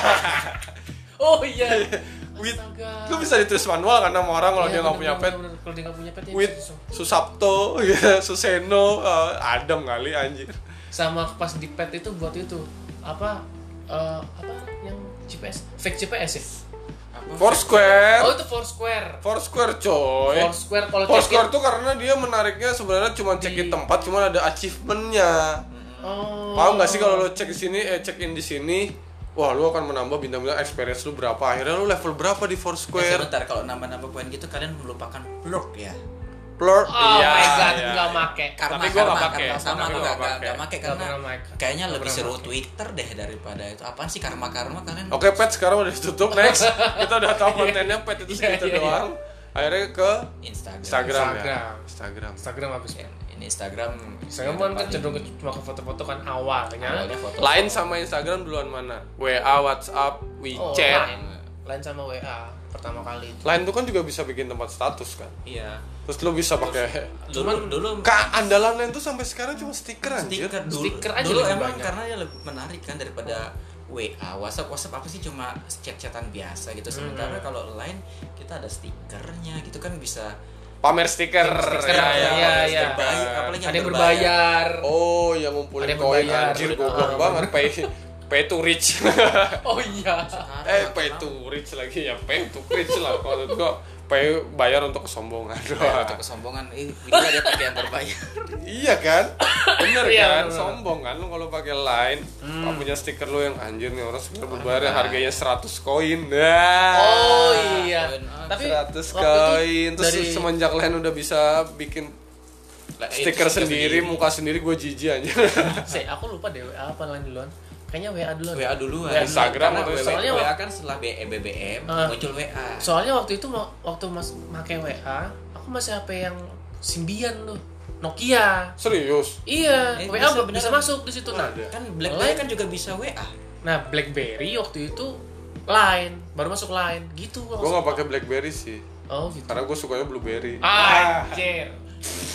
Oh iya. with Astaga. lu bisa ditulis manual kan sama orang kalau Iya, dia nggak bener, punya bener, pet. bener. Kalau dia nggak punya pet ya With susah. Susapto, ya, Suseno, uh, Adam kali anjir. Sama pas di pet itu buat itu apa eh, apa yang G P S fake G P S ya? Apa? Foursquare. Oh itu Foursquare. Foursquare coy. Foursquare kalau Foursquare check-in- tuh karena dia menariknya sebenarnya cuma check in Di- tempat, cuma ada achievementnya. Oh. Paham nggak sih kalau lo cek di sini, eh check in di sini, wah lu akan menambah bintang-bintang experience lu berapa. Akhirnya lu level berapa di Eh, Foursquare? sebentar kalau nambah-nambah poin gitu kalian melupakan plurk ya. Plur. Oh Iya, my god, iya. nggak make. Karena Tapi gua nggak karma, pakai. karma sama Tapi aku gua nggak nggak nggak pakai. nggak pakai Nggak karena pernah make. kayaknya Nggak lebih pernah seru make. Twitter deh daripada itu. Apaan sih karma karma kalian? Oke, pet sekarang udah ditutup. Next, kita udah tahu kontennya pet itu Iya, segitu iya, iya. doang. Akhirnya ke Instagram. Instagram, ya. Instagram. Instagram. Instagram habis. Ya, ini Instagram. Instagram kan kan cenderung ke- cuma ke foto-foto kan awalnya. Awalnya foto. Lain sama Instagram duluan mana? W A, WhatsApp, Oh, WeChat. lain. Lain sama W A pertama kali itu. Lain tuh kan juga bisa bikin tempat status kan. Iya. Terus lu bisa pakai Dulu dulu Kak, andalan lain tuh sampai sekarang cuma stiker anjir. stiker dulu, Stiker aja dulu lebih emang banyak. karena dia lebih menarik kan daripada W A, WhatsApp, WhatsApp apa sih cuma chat-chatan biasa gitu. Sementara Hmm. kalau Line kita ada stikernya gitu kan bisa Pamer stiker. Stiker, Ya, ya, iya, pamer iya. stiker. Baik, apalagi yang Ada yang berbayar. Oh, yang ngumpulin Ada yang koin berbayar. anjir goblok Ah. banget pay pay to rich. Oh iya. eh, pay to rich lagi ya, pay to rich lah kalau menurut gua. Pay bayar untuk kesombongan Bayar doang. untuk kesombongan. Eh, bisa dia pakai yang berbayar. Iya kan? Bener Iya, kan? bener. Sombong kan lu kalau pakai Line, kalau punya stiker lu yang anjir nih orang sebenarnya berbayar harganya seratus koin. Nah. Oh iya. Koin, ah, Tapi seratus waktu itu koin. Terus dari semenjak Line udah bisa bikin Lah, itu stiker stiker sendiri, sendiri. muka sendiri, gue jijik aja. Saya aku lupa deh W A apa lain duluan. Kayaknya W A duluan. W A duluan. W A Instagram Karena atau W A Soalnya W A kan setelah B B M Ah. muncul W A. Soalnya waktu itu mau- waktu Mas pakai W A, aku masih H P yang Symbian loh. Nokia. Serius? Iya, Eh, W A bisa bisa, bisa beneran. masuk di situ nah. Ada. Kan BlackBerry Line. kan juga bisa W A. Nah, BlackBerry waktu itu Line, baru masuk Line. Gitu Gue nggak pakai BlackBerry sih, Oh, gitu. karena gue sukanya BlueBerry. Anjir.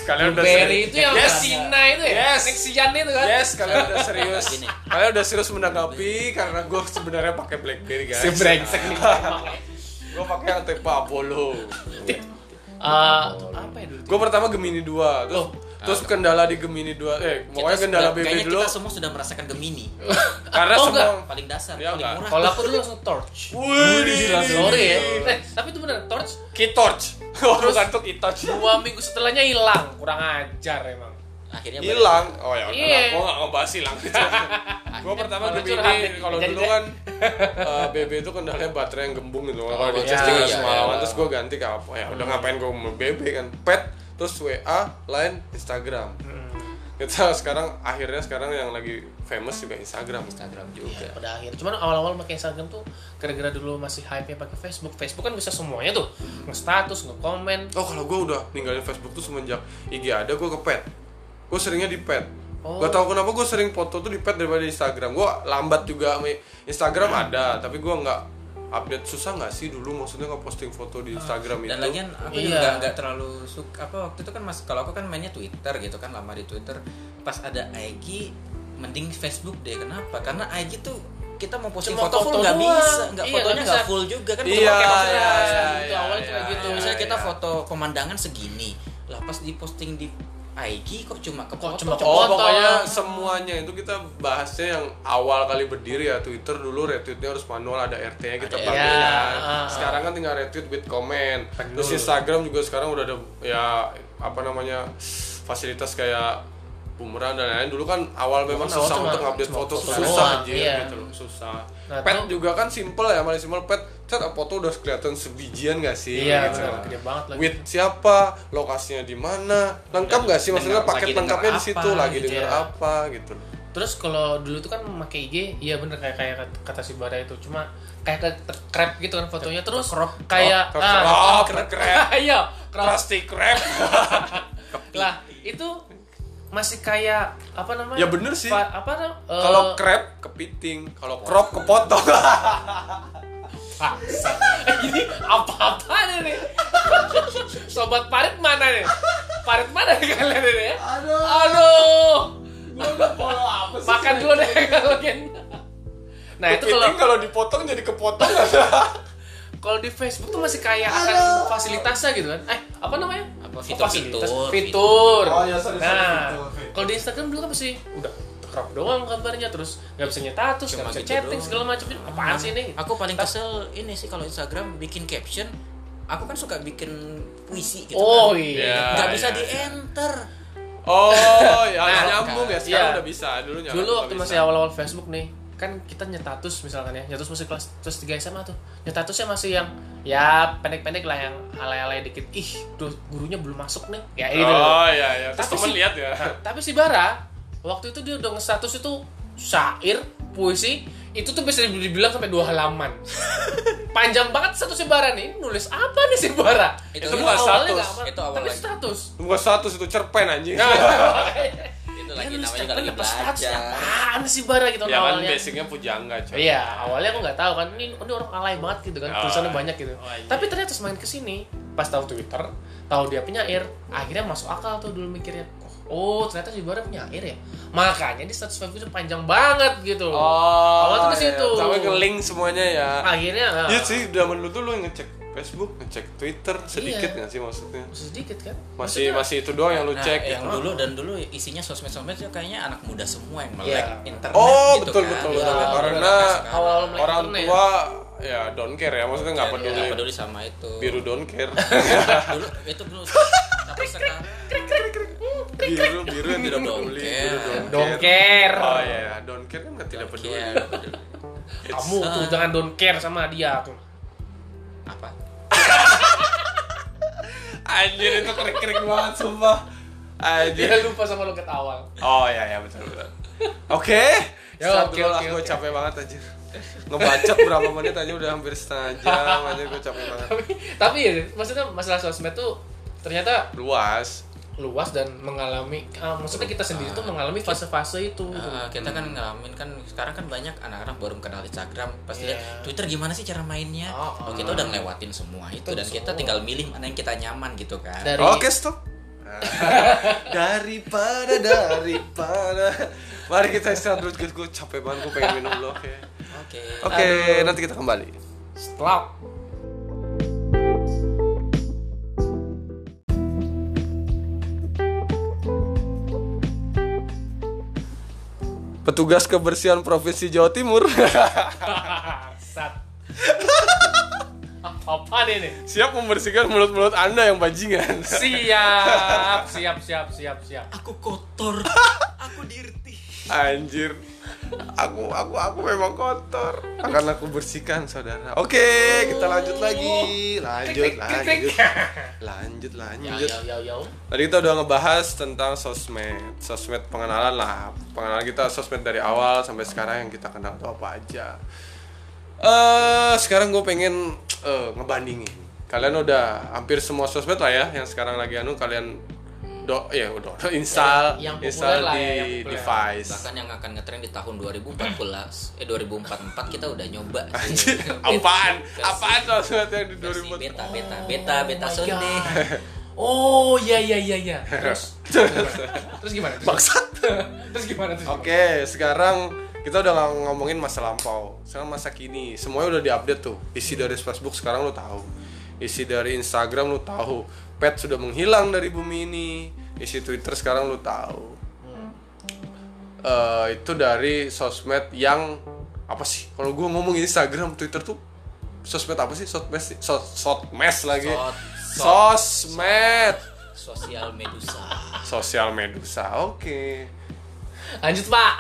kalian udah Blueberry serius. itu yang Yes. Sina itu ya? Yes. Nexian itu kan? Yes, kalian udah serius. Gini. Kalian udah serius menanggapi karena gue sebenarnya pakai BlackBerry guys. Si brengsek nih emang. Gue pakai yang tipe Apollo. Eh, apa ya dulu? Gue pertama Gemini dua, terus Oh. terus kendala di Gemini dua, eh pokoknya Kita kendala sudah- B B kayaknya dulu kita semua sudah merasakan Gemini. karena Oh, semua Paling dasar, Ya, paling enggak. murah. Kalau aku dulu langsung torch. Wih, Sorry ya. Eh, tapi itu benar torch. Keytorch. Oh, bukan tuh Keytorch. Dua minggu setelahnya hilang, kurang ajar emang. Akhirnya Hilang. Oh ya, Iya. udah. Gue gak ngebahas hilang. Gue pertama Kalau Gemini, curhat, kalau jadi dulu deh. kan eh, B B itu kendalanya baterai yang gembung gitu. Kalau Oh, di iya, cas tinggal iya, semalaman, iya. terus gue ganti ke apa ya? Udah ngapain gue mau B B kan? Pet, terus W A, Line, Instagram. Kita sekarang akhirnya sekarang yang lagi famous juga Instagram. Instagram juga. Ya, pada akhir. Cuman awal-awal pakai Instagram tuh gara-gara dulu masih hype-nya pakai Facebook. Facebook kan bisa semuanya tuh. Nge-status, nge-komen. Oh kalau gue udah ninggalin Facebook tuh semenjak I G ada, gue ke Pet. Gue seringnya di Pet. Oh. Gak tau kenapa gue sering foto tuh di Pet daripada di Instagram. Gue lambat juga, sama Instagram ada, tapi gue nggak update. Susah nggak sih dulu maksudnya nggak posting foto di Instagram itu? Dan lagian aku Iya. juga nggak terlalu suka apa waktu itu kan mas kalau aku kan mainnya Twitter gitu kan lama di Twitter pas ada I G mending Facebook deh. Kenapa? Karena I G tuh kita mau posting Cuma foto foto full nggak doang. bisa, nggak Iya, fotonya nggak nggak bisa. full juga kan. Iya, cuma pakai iya, kontras. iya, Itu iya, awalnya iya, kayak gitu. iya, Misalnya kita iya. foto pemandangan segini, lah pas diposting di I G kok cuma ke Kok foto. cuma ke Oh foto. pokoknya semuanya itu kita bahasnya yang awal kali berdiri ya. Twitter dulu retweetnya harus manual, ada R T-nya kita Ada pakai ya. kan. Ah, Sekarang kan tinggal retweet with comment. Betul. Terus Instagram juga sekarang udah ada ya apa namanya fasilitas kayak bumerang dan lain-lain. Dulu kan awal memang Awal susah cuma- untuk update cuma foto, foto susah doang, anjir iya. gitu loh, susah. Nah, Pet tuh- juga kan simple ya, paling simple pet. Cet foto udah kelihatan sebijian gak sih? Iya, gitu. benar, gede banget lagi. With siapa, lokasinya di mana, lengkap gak sih? Maksudnya Dengar- paket lagi denger lengkapnya di apa, situ, lagi gitu denger ya. apa gitu. Terus kalau dulu tuh kan memakai I G, iya bener kayak kayak kata si Bara itu, cuma kayak ke crap gitu kan fotonya, terus Crop, kayak crop, ah, crop, crap. iya, crop. Plastic wrap. Lah, itu masih kayak apa namanya? Ya bener sih. Pa- apa nam- eh, Kalau crap kepiting, kalau crop kepotong. Bangsat. Ini apa-apa nih? Sobat Parit mana nih? Parit mana nih kalian ini ya? Aduh. Aduh. Gua udah follow apa sih? Makan dulu deh kalian. Nah, itu kalau Kepiting kalau dipotong jadi kepotong. kalau di Facebook tuh masih kayak akan fasilitasnya gitu kan. Eh, apa namanya? Apa Oh, fitur-fitur, fasilitas. fitur. Fitur. Oh, ya, sorry, sorry, Nah, fitur, fitur. kalau di Instagram dulu kan masih udah crop doang gambarnya, terus nggak bisa nyetatus, nggak Cuma bisa gitu chatting doang. segala macam. Apaan sih ini? Aku paling kesel ini sih kalau Instagram bikin caption. Aku kan suka bikin puisi gitu Oh kan. iya. Nggak Ya, bisa ya, di ya. enter. Oh, ya Nah, nyambung ya. Sekarang iya. udah bisa. Dulu nyala, Dulu nggak waktu bisa. masih awal-awal Facebook nih, kan kita nyetatus misalkan ya, nyetus masih kelas kelas tiga S M A tuh. Nyetatusnya masih yang ya pendek-pendek lah, yang alay-alay dikit. Ih, duh, gurunya belum masuk nih. Ya gitu. Oh iya iya. Terus Tapi temen si- lihat ya. Nah, tapi si Bara waktu itu dia udah nge-status itu syair, puisi, itu tuh bisa dibilang sampai dua halaman. Panjang banget status si Bara nih. Nulis apa nih si Bara? Itu Dulu bukan awalnya status. nggak apa- Itu awal tapi lagi. status. Bukan status itu cerpen anjing. Nah, Itu dia lagi nulis namanya juga cerpen lagi apa status? belajar. Apaan sih Bara gitu Ya kan awalnya? basicnya pujangga coy. Iya, awalnya aku nggak tahu kan, ini ini orang alay banget gitu kan, Oh, tulisannya banyak gitu. oh, iya. Tapi ternyata semakin kesini, pas tahu Twitter, tahu dia penyair, akhirnya masuk akal tuh dulu mikirnya. Oh, ternyata si Bara penyair ya. Makanya di status Facebook itu panjang banget gitu. Oh. Awal tuh ke iya. situ. Sampai ke link semuanya ya. Akhirnya ah, Iya sih, zaman dulu tuh lu ngecek Facebook, ngecek Twitter sedikit Iya. nggak sih maksudnya? sedikit kan. Masih Maksudnya, masih itu doang yang lu Nah, cek yang gitu. dulu dan dulu isinya sosmed-sosmed itu kayaknya anak muda semua yang melek Iya. internet Oh, gitu betul kan. betul Iya, betul. betul. Karena Awal melek orang internet. tua ya don't care ya, maksudnya nggak Ya, peduli. nggak peduli sama itu. Biru don't care. Dulu itu dulu tapi sekarang biru biru yang tidak Don't peduli. care. Biru don't Don't care. care. Oh iya, iya. Don't care kan nggak tidak don't peduli. care, nggak peduli. Kamu tuh jangan don't care sama dia tuh. Apa? Anjir itu krik-krik banget sumpah. Anjir. Dia lupa sama logat awal. Oh iya iya betul betul. Oke. Ya, Stop oke, dulu lah, oke, gue oke. capek banget aja. Ngebacot berapa menit aja udah hampir setengah jam aja gue capek banget. tapi, tapi ya, maksudnya masalah sosmed tuh ternyata Luas. luas dan mengalami ah, maksudnya kita sendiri tuh mengalami fase-fase itu gitu. Uh, kita kan ngalamin kan sekarang kan banyak anak-anak baru kenal Instagram pasti Iya. lihat Twitter gimana sih cara mainnya. Oh, Oh, kita udah ngelewatin semua itu Betul, dan kita semua. tinggal milih mana yang kita nyaman gitu kan. Dari Oke stop. Daripada daripada. Mari kita istirahat dulu, gue capek banget, gue pengen minum dulu. Oke. Oke. Oke, nanti kita kembali. Setelah Petugas kebersihan Provinsi Jawa Timur. Sat. Apa nih nih? Siap membersihkan mulut-mulut Anda yang bajingan. Siap, siap, siap, siap, siap. Aku kotor. Aku dirty. Anjir. Aku aku aku memang kotor. Akan aku bersihkan, saudara. Oke, kita lanjut lagi. Lanjut, lanjut. Lanjut, Yo lanjut. yo yo yo. Tadi kita udah ngebahas tentang sosmed. Sosmed pengenalan lah. Pengenalan kita sosmed dari awal sampai sekarang yang kita kenal itu apa aja. Eh, sekarang gue pengen eh, ngebandingin. Kalian udah hampir semua sosmed lah ya yang sekarang lagi anu kalian do ya udah install Yang- yang populer install lah di ya, yang populer. device. Bahkan yang akan ngetren di tahun dua ribu empat belas eh dua ribu empat puluh empat kita udah nyoba. Anjir, apaan? Versi- Apaan sosmed yang di dua versi ribu? beta beta beta beta my Sunday. God. Oh iya iya iya iya. Terus terus gimana? Terus, Bangsat. terus gimana terus? Oke, sekarang kita udah nggak ngomongin masa lampau. Sekarang masa kini. Semuanya udah diupdate tuh. Isi dari Facebook sekarang lu tahu. Isi dari Instagram lu tahu. Pet sudah menghilang dari bumi ini. Isi Twitter sekarang lu tahu. Eh, itu dari sosmed yang apa sih? Kalau gue ngomong Instagram, Twitter tuh sosmed apa sih? Sosmed, sos, sosmed lagi. Sot- Sosmed. Sosial medusa. Sosial medusa. Oke. Lanjut, Pak.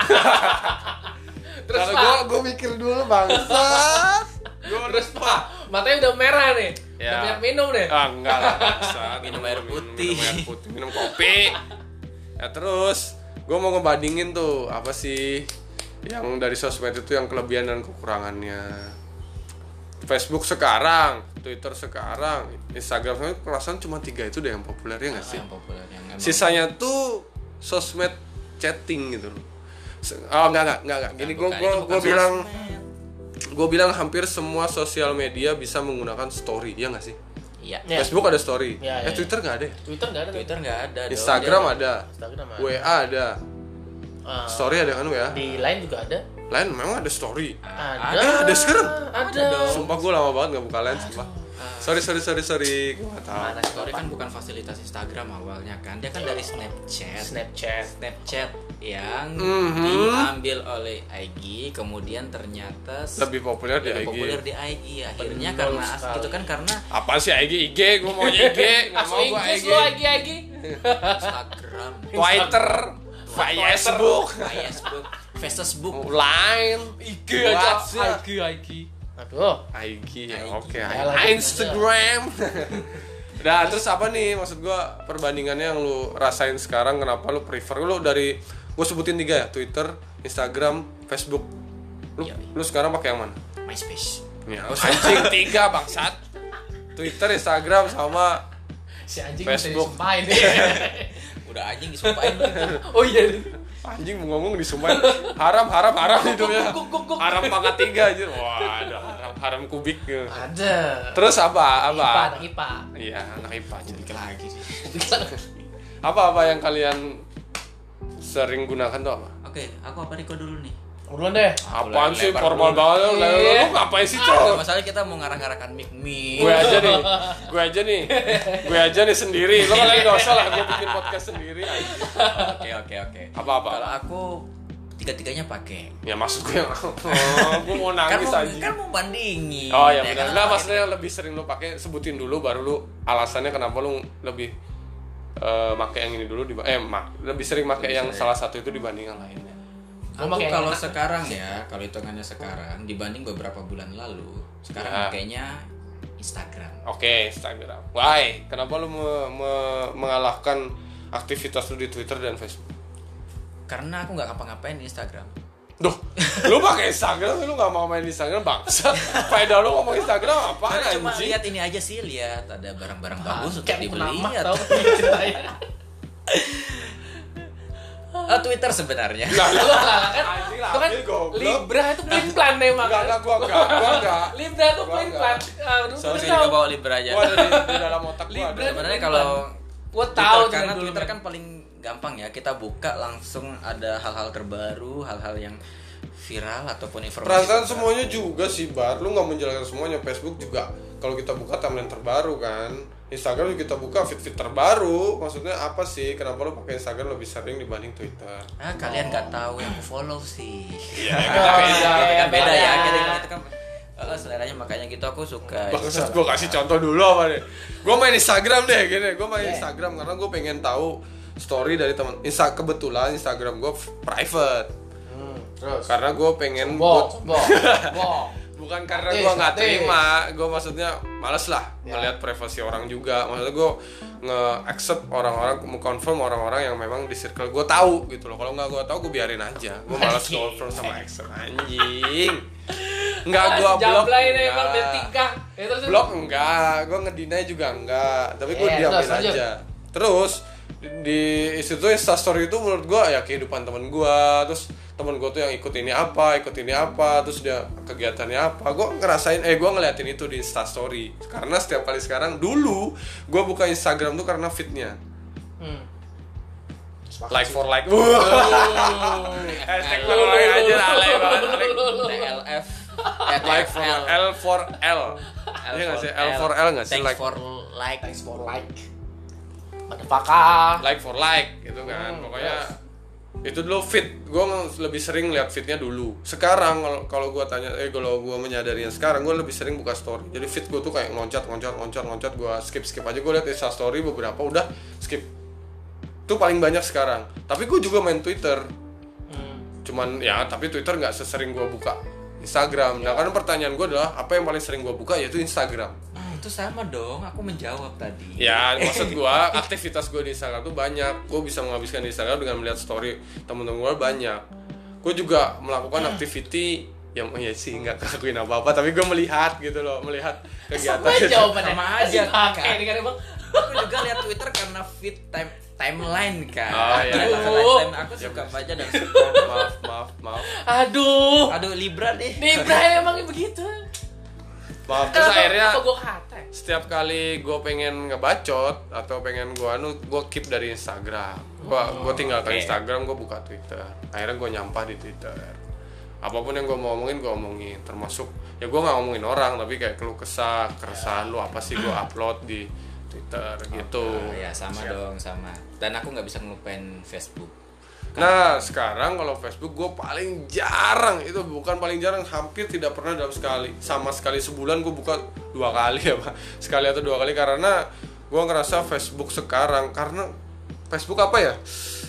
Terus Kalau Pak. gue gue mikir dulu bangsat. Gue Terus Pak, matanya udah merah nih. Ya. Udah banyak minum deh. Ah enggak lah bangsat. Minum air putih. Minum air putih, minum kopi. Ya terus gue mau ngebandingin tuh apa sih yang dari sosmed itu yang kelebihan dan kekurangannya. Facebook sekarang, Twitter sekarang, Instagram sekarang perasaan cuma tiga itu deh yang populer ya nggak sih? Yang populer yang emang Sisanya tuh sosmed chatting gitu loh. Se- Oh enggak enggak enggak, enggak. Gini gue bukan, gue itu bukan gue bilang sosmed. gue bilang hampir semua sosial media bisa menggunakan story, ya nggak sih? Iya. Ya. Facebook ada story, Ya, eh ya, ya. Twitter nggak ada, ya? Twitter enggak ada. Twitter nggak ada. dong. Instagram Dia- ada, Instagram ada. W A ada, Ah, story ada kan W A? di Line juga ada. Lain memang ada story. Ada. Eh, ada sekarang? Ada. Sumpah gue lama banget nggak buka Line, sumpah. Sorry sorry sorry sorry, gue nggak tahu. Mana Story kan bukan fasilitas Instagram awalnya kan. Dia kan dari Snapchat. Snapchat. Snapchat yang Mhm. diambil oleh I G kemudian ternyata s- Lebih populer di I lebih G. populer di I G akhirnya Betul karena sekali. itu kan karena Apaan sih I G I G? Gue mau I G, nggak Asal mau gue I Inggris G. lo lagi lagi. Instagram, Twitter, Facebook, Facebook, Facebook, Line, I G aja. WhatsApp. I G I G. Aduh. I G ya, I G. oke. Ya, lanjut, Instagram. Nah, terus apa nih maksud gua perbandingannya yang lu rasain sekarang, kenapa lu prefer lu dari gua sebutin tiga ya, Twitter, Instagram, Facebook. Lu Iya. lu sekarang pakai yang mana? MySpace. Ya, anjing tiga bangsat. Twitter, Instagram sama Si anjing Facebook. bisa disumpahin nih. Udah anjing disumpahin. Oh iya. anjing mau ngomong disumpahin haram haram haram hidupnya. Guk, guk, guk. Haram pangkat tiga aja. Wah, ada haram haram kubik. gitu. Ada. Terus apa? I P A, Apa? anak I P A. Iya, anak I P A. Kubik lagi sih. Apa-apa yang kalian sering gunakan tuh apa? Oke, aku apa Riko dulu nih? Duluan deh. Apaan le- sih lebar formal dulu. banget lu? Iya. Lu ngapain sih, Nah, Cok? masalahnya kita mau ngarah-ngarahkan mic mic. Gue aja nih. Gue aja nih. Gue aja nih sendiri. Lo kalian enggak usah lah gue bikin podcast sendiri aja. Oke oke oke. Apa-apa? Kalau aku tiga-tiganya pakai. Ya maksud gue yang oh, gue mau Kan nangis mau, aja. kan mau bandingin. Oh ya ya benar. kan? Enggak maksudnya lebih sering lu pakai sebutin dulu baru lu alasannya kenapa lu lebih eh pakai yang ini dulu di eh mak lebih sering pakai Lebih yang sering. salah satu itu dibanding yang lainnya. Aku Pakai yang kalau enak. sekarang ya, kalau hitungannya sekarang dibanding beberapa bulan lalu, sekarang Ya. pakainya Instagram. Oke, Instagram. Why? Kenapa lu me- me- mengalahkan aktivitas lu di Twitter dan Facebook? Karena aku nggak ngapa-ngapain di Instagram. Duh, lu pakai Instagram, lu nggak mau main di Instagram bangsa. Faedah lu ngomong Instagram apaan Karena cuma anjing? lihat ini aja sih, lihat ada barang-barang bagus untuk Kayak dibeli. penamak Ya. tau ceritanya. Oh, Twitter sebenarnya. Enggak, Lu lah kan. anjing lah, Itu kan ambil goblok. Libra itu pelin plan memang. Enggak, enggak, gua enggak, gua enggak. Libra itu Gua pelin enggak. plan. Aduh, Sorry, lu Jadi tahu. ke bawah Libra aja. Gua ada di, di dalam otak gua ada. Libra. Sebenarnya kalau Gua tahu Twitter, karena dulu, Twitter men. kan paling gampang ya, kita buka langsung ada hal-hal terbaru, hal-hal yang viral ataupun informasi. Perasaan terbaru. semuanya juga sih Bar, lu nggak menjalankan semuanya. Facebook juga kalau kita buka timeline terbaru kan, Instagram juga kita buka feed-feed terbaru. Maksudnya apa sih? Kenapa lu pakai Instagram lebih sering dibanding Twitter? Ah, kalian nggak tahu yang aku follow sih. Iya, kita beda. Kita kan beda ya, Beda. kita kita kan eh, seleranya makanya gitu aku suka. Bangsat, gue kasih contoh dulu apa nih? Gue main Instagram deh gini, gue main Yeah. Instagram karena gue pengen tahu story dari teman. Insta kebetulan Instagram gue private, Hmm, terus. karena gue pengen Bok, buat- bok, bok. bukan karena Tis, gue nggak tis. terima, gue maksudnya males lah Ya. ngelihat privasi orang juga. Maksudnya gue nge-accept orang-orang, confirm orang-orang yang memang di circle gue tahu gitu loh. Kalau nggak gue tahu, gue biarin aja. Gue malas Anjing. confirm sama accept anjing. Nggak gue blok. Jablay nih emang nggak. bertingkah. Ya, terus Blok enggak, gue ngedinai juga enggak, tapi gue Eh, diamin terus, lanjut. aja. Terus di, di situ Instastory itu menurut gue ya kehidupan teman gue, terus teman gue tuh yang ikut ini apa, ikut ini apa, terus dia kegiatannya apa, gue ngerasain, eh gue ngeliatin itu di Instastory. Karena setiap kali sekarang, dulu gue buka Instagram tuh karena fitnya, Hmm. like for like, hashtag for like aja alay banget, alay. T L F eh, Like for L L for L, iya nggak sih, L for L nggak sih, Thanks like for like. Thanks for like. Motherfucker. like for like gitu kan. Hmm, Pokoknya itu dulu fit, gue lebih sering lihat fitnya dulu. Sekarang kalau kalau gue tanya, eh kalau gue menyadarinya sekarang, gue lebih sering buka story. Jadi fit gue tuh kayak loncat loncat loncat loncat, gue skip skip aja. Gue lihat Insta story beberapa udah skip, itu paling banyak sekarang. Tapi gue juga main Twitter, Hmm. cuman ya tapi Twitter nggak sesering gue buka Instagram. Nah karena pertanyaan gue adalah apa yang paling sering gue buka, yaitu Instagram. Ah, itu sama dong, aku menjawab tadi. Ya, maksud gua aktivitas gua di Instagram tuh banyak. Gua bisa menghabiskan di Instagram dengan melihat story temen-temen gua banyak. Gua juga melakukan activity yang ya sih nggak ngelakuin apa-apa, tapi gua melihat gitu loh, melihat kegiatan. Sama jawabannya. Sama aja, Pakai Kak. ini kan emang. Aku juga lihat Twitter karena feed time timeline kan. Oh, iya. Timeline, Aduh. time- aku suka baca dan suka. maaf, maaf, maaf. Aduh. Aduh, Libra deh. Nih Bray emang begitu. Maaf terus akhirnya apa gua kata? setiap kali gua pengen ngebacot atau pengen gua anu, gua keep dari Instagram. Gua gua tinggalkan oke. Instagram, gua buka Twitter. Akhirnya gua nyampah di Twitter. Apapun yang gua mau omongin, gua omongin. Termasuk ya gua nggak ngomongin orang, tapi kayak keluh kesah, keresahan lu apa sih, gua upload di Twitter gitu. Oh, ya sama dong, sama. Dan aku nggak bisa ngelupain Facebook. Nah sekarang kalau Facebook gue paling jarang, itu bukan paling jarang, hampir tidak pernah dalam sekali, sama sekali sebulan gue buka dua kali ya Pak, sekali atau dua kali, karena gue ngerasa Facebook sekarang, karena Facebook apa ya,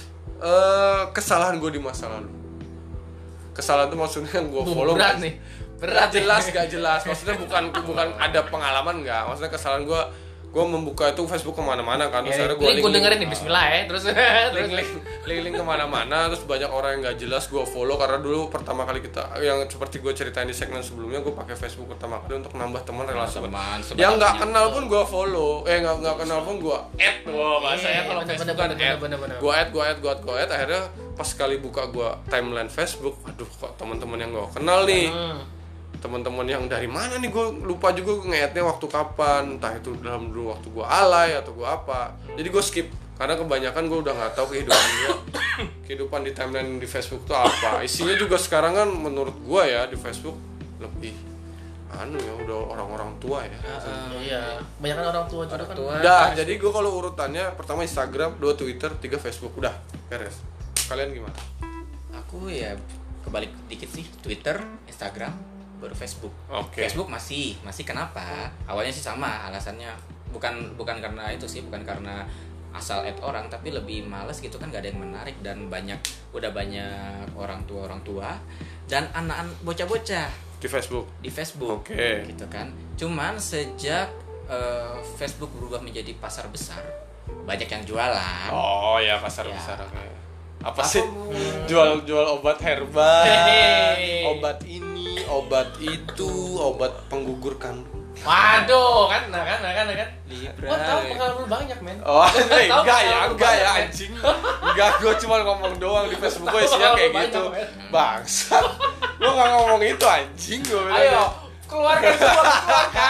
Eh kesalahan gue di masa lalu. Kesalahan itu maksudnya yang gue follow Berat nggak- nih. Berat Nggak jelas, gak jelas. Maksudnya bukan bukan ada pengalaman nggak. Maksudnya kesalahan gue, gue membuka itu Facebook kemana-mana kan. Terus Ya, akhirnya gue ini gue dengerin nih Bismillah ya. Terus terus link-link link-link kemana-mana. Terus banyak orang yang nggak jelas gue follow, karena dulu pertama kali kita, yang seperti gue ceritain di segmen sebelumnya, gue pakai Facebook pertama kali untuk nambah teman, relasi. Teman, Yang nggak sebanyak- kenal pun gue follow, eh nggak nggak kenal pun gue add. Wah bahasanya kalau bener, Facebook bener, kan bener, add. bener, bener. Gue add, gue add, gue add, gue add. Akhirnya pas kali buka gue timeline Facebook, aduh kok teman-teman yang gue kenal nih. Hmm. Teman-teman yang dari mana nih, gue lupa juga nge-add-nya waktu kapan, entah itu dalam dulu waktu gue alay atau gue apa, jadi gue skip karena kebanyakan gue udah nggak tahu kehidupan gue kehidupan di timeline di Facebook tuh apa isinya. Juga sekarang kan menurut gue ya di Facebook lebih anu ya, udah orang-orang tua ya. Iya, banyak orang tua juga Orang kan. tua. Udah, jadi gue kalau urutannya pertama Instagram, dua Twitter, tiga Facebook, udah beres. Kalian gimana? Aku ya kebalik dikit sih, Twitter, Instagram, baru Facebook. Oke. Facebook masih, masih kenapa? Awalnya sih sama alasannya, bukan bukan karena itu sih, bukan karena asal add orang, tapi lebih males gitu kan, gak ada yang menarik dan banyak udah banyak orang tua orang tua dan anak-anak bocah-bocah Di Facebook. di Facebook, Oke. gitu kan. Cuman sejak eh, Facebook berubah menjadi pasar besar, banyak yang jualan. Oh ya, pasar Ya. besar, oke. Apa sih? Jual jual obat herbal, Hehehe. obat ini, obat itu, obat penggugur kandung. Waduh, kan, nah kan, nah kan, nah kan. Libra. Gua tahu pengalaman lu banyak, men. Oh, Tahu enggak ya, pengalaman lu enggak ya banyak, men. anjing. Enggak, gue cuma ngomong doang di Facebook gue isinya kayak Banyak, gitu. men. Bangsat. Gue enggak ngomong itu anjing gue bilang. Ayo, keluarkan semua, keluarkan.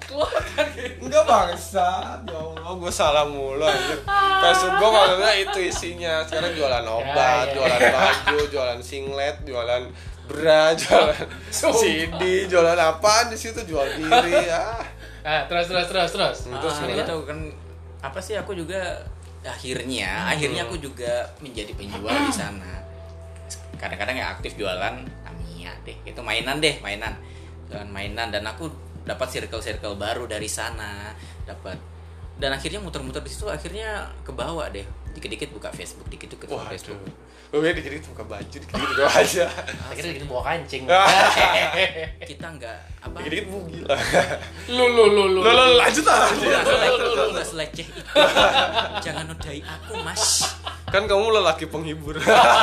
keluarkan gitu. Enggak bangsa, ya Allah, gue salah mulu anjir. Facebook gue maksudnya itu isinya. Sekarang jualan obat, Ya, ya. jualan baju, jualan singlet, jualan bra, jualan C D, jualan apaan di situ, jual diri ya. Nah, terus terus terus terus. Ah, Terus gimana? gitu kan apa sih aku juga akhirnya akhirnya aku juga menjadi penjual di sana. Kadang-kadang ya aktif jualan Tamiya deh. Itu mainan deh, mainan. Jualan mainan dan aku dapat circle-circle baru dari sana, dapat dan akhirnya muter-muter di situ akhirnya ke bawah deh. Dikit-dikit buka Facebook, dikit-dikit buka Wah, Facebook. gue dikit buka baju, dikit buka aja. Akhirnya gitu bawa kancing. Kita enggak apa Dikit bugil lah. Lu lu lu lu. Lo lo lanjut Aku aja. nggak seleceh, aku nggak seleceh itu. Jangan nodai aku, Mas. Kan kamu lelaki penghibur.